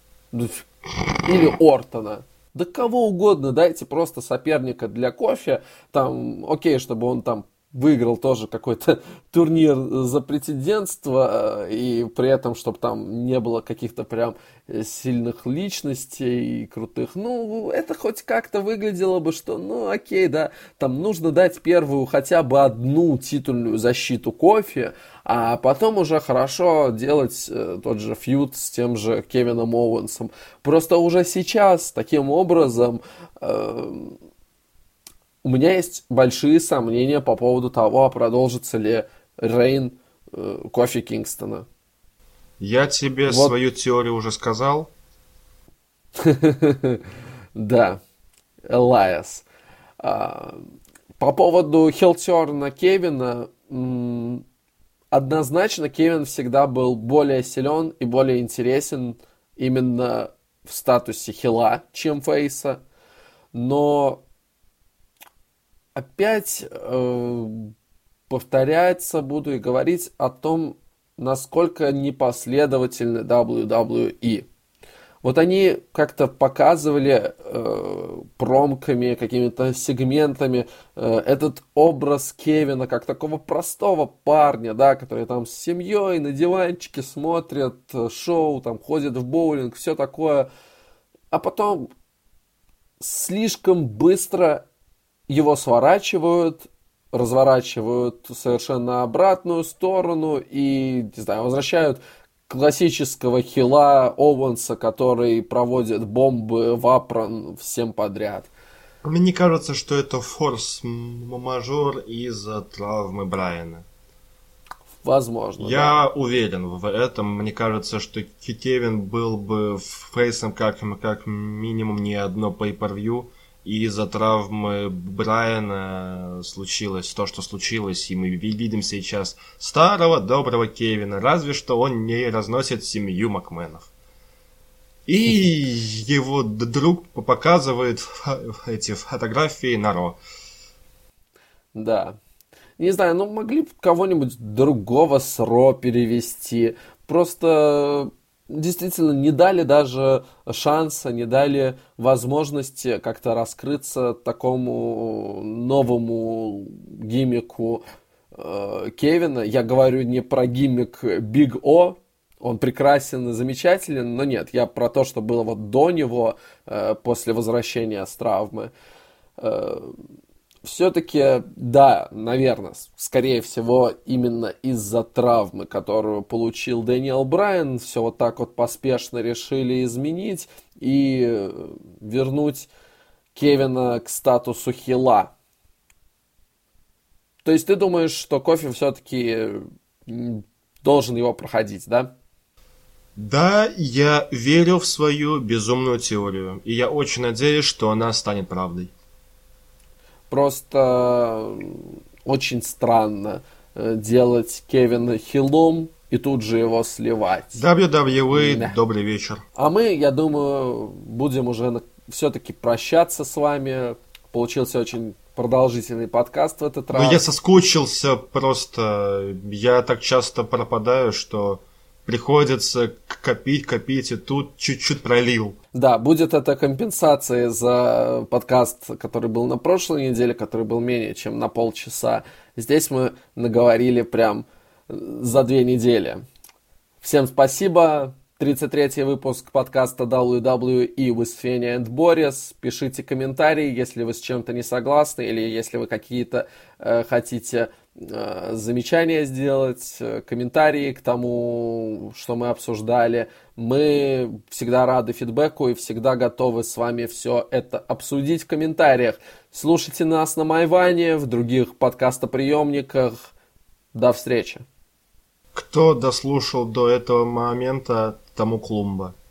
или Ортона. Да кого угодно, дайте просто соперника для Кофи, там, окей, чтобы он там выиграл тоже какой-то турнир за претендентство, и при этом, чтобы там не было каких-то прям сильных личностей и крутых. Ну, это хоть как-то выглядело бы, что, ну, окей, да, там нужно дать первую хотя бы одну титульную защиту Кофи, а потом уже хорошо делать э, тот же фьюд с тем же Кевином Оуэнсом. Просто уже сейчас таким образом э, у меня есть большие сомнения по поводу того, продолжится ли рейн э, Кофи Кингстона. Я тебе вот свою теорию уже сказал. Да, Элайас. По поводу хилтерна Кевина, однозначно Кевин всегда был более силен и более интересен именно в статусе хила, чем фейса. Но опять э, повторяться буду и говорить о том, насколько непоследовательны дабл ю дабл ю и. Вот они как-то показывали э, промками, какими-то сегментами э, этот образ Кевина как такого простого парня, да, который там с семьей на диванчике смотрит шоу, там ходит в боулинг, все такое. А потом слишком быстро его сворачивают, разворачивают совершенно обратную сторону и, не знаю, возвращают классического хила Оуэнса, который проводит бомбы в апрон всем подряд. Мне кажется, что это форс-мажор из-за травмы Брайана. Возможно, Я да. уверен в этом. Мне кажется, что Кевин был бы фейсом как, как минимум не одно pay-per-view. И из-за травмы Брайана случилось то, что случилось, и мы видим сейчас старого доброго Кевина, разве что он не разносит семью Макменов. И его друг показывает эти фотографии на Ро. Да. Не знаю, ну могли бы кого-нибудь другого с Ро перевести. Просто действительно не дали даже шанса, не дали возможности как-то раскрыться такому новому гиммику э, Кевина. Я говорю не про гиммик Big O, он прекрасен и замечателен, но нет, я про то, что было вот до него, э, после возвращения с травмы. Э, Все-таки, да, наверное, скорее всего, именно из-за травмы, которую получил Дэниел Брайан, все вот так вот поспешно решили изменить и вернуть Кевина к статусу хила. То есть ты думаешь, что Кофи все-таки должен его проходить, да? Да, я верю в свою безумную теорию, и я очень надеюсь, что она станет правдой. Просто очень странно делать Кевина хилом и тут же его сливать. дабл ю дабл ю и, да. Добрый вечер. А мы, я думаю, будем уже все-таки прощаться с вами. Получился очень продолжительный подкаст в этот раз. Ну, я соскучился просто. Я так часто пропадаю, что приходится копить, копить, и тут чуть-чуть пролил. Да, будет это компенсацией за подкаст, который был на прошлой неделе, который был менее чем на полчаса. Здесь мы наговорили прям за две недели. Всем спасибо. тридцать третий выпуск подкаста дабл ю дабл ю и with Fenia and Boris. Пишите комментарии, если вы с чем-то не согласны, или если вы какие-то э, хотите э, замечания сделать, э, комментарии к тому, что мы обсуждали. Мы всегда рады фидбэку и всегда готовы с вами все это обсудить в комментариях. Слушайте нас на Майване, в других подкастоприемниках. До встречи. Кто дослушал до этого момента, тому клумба.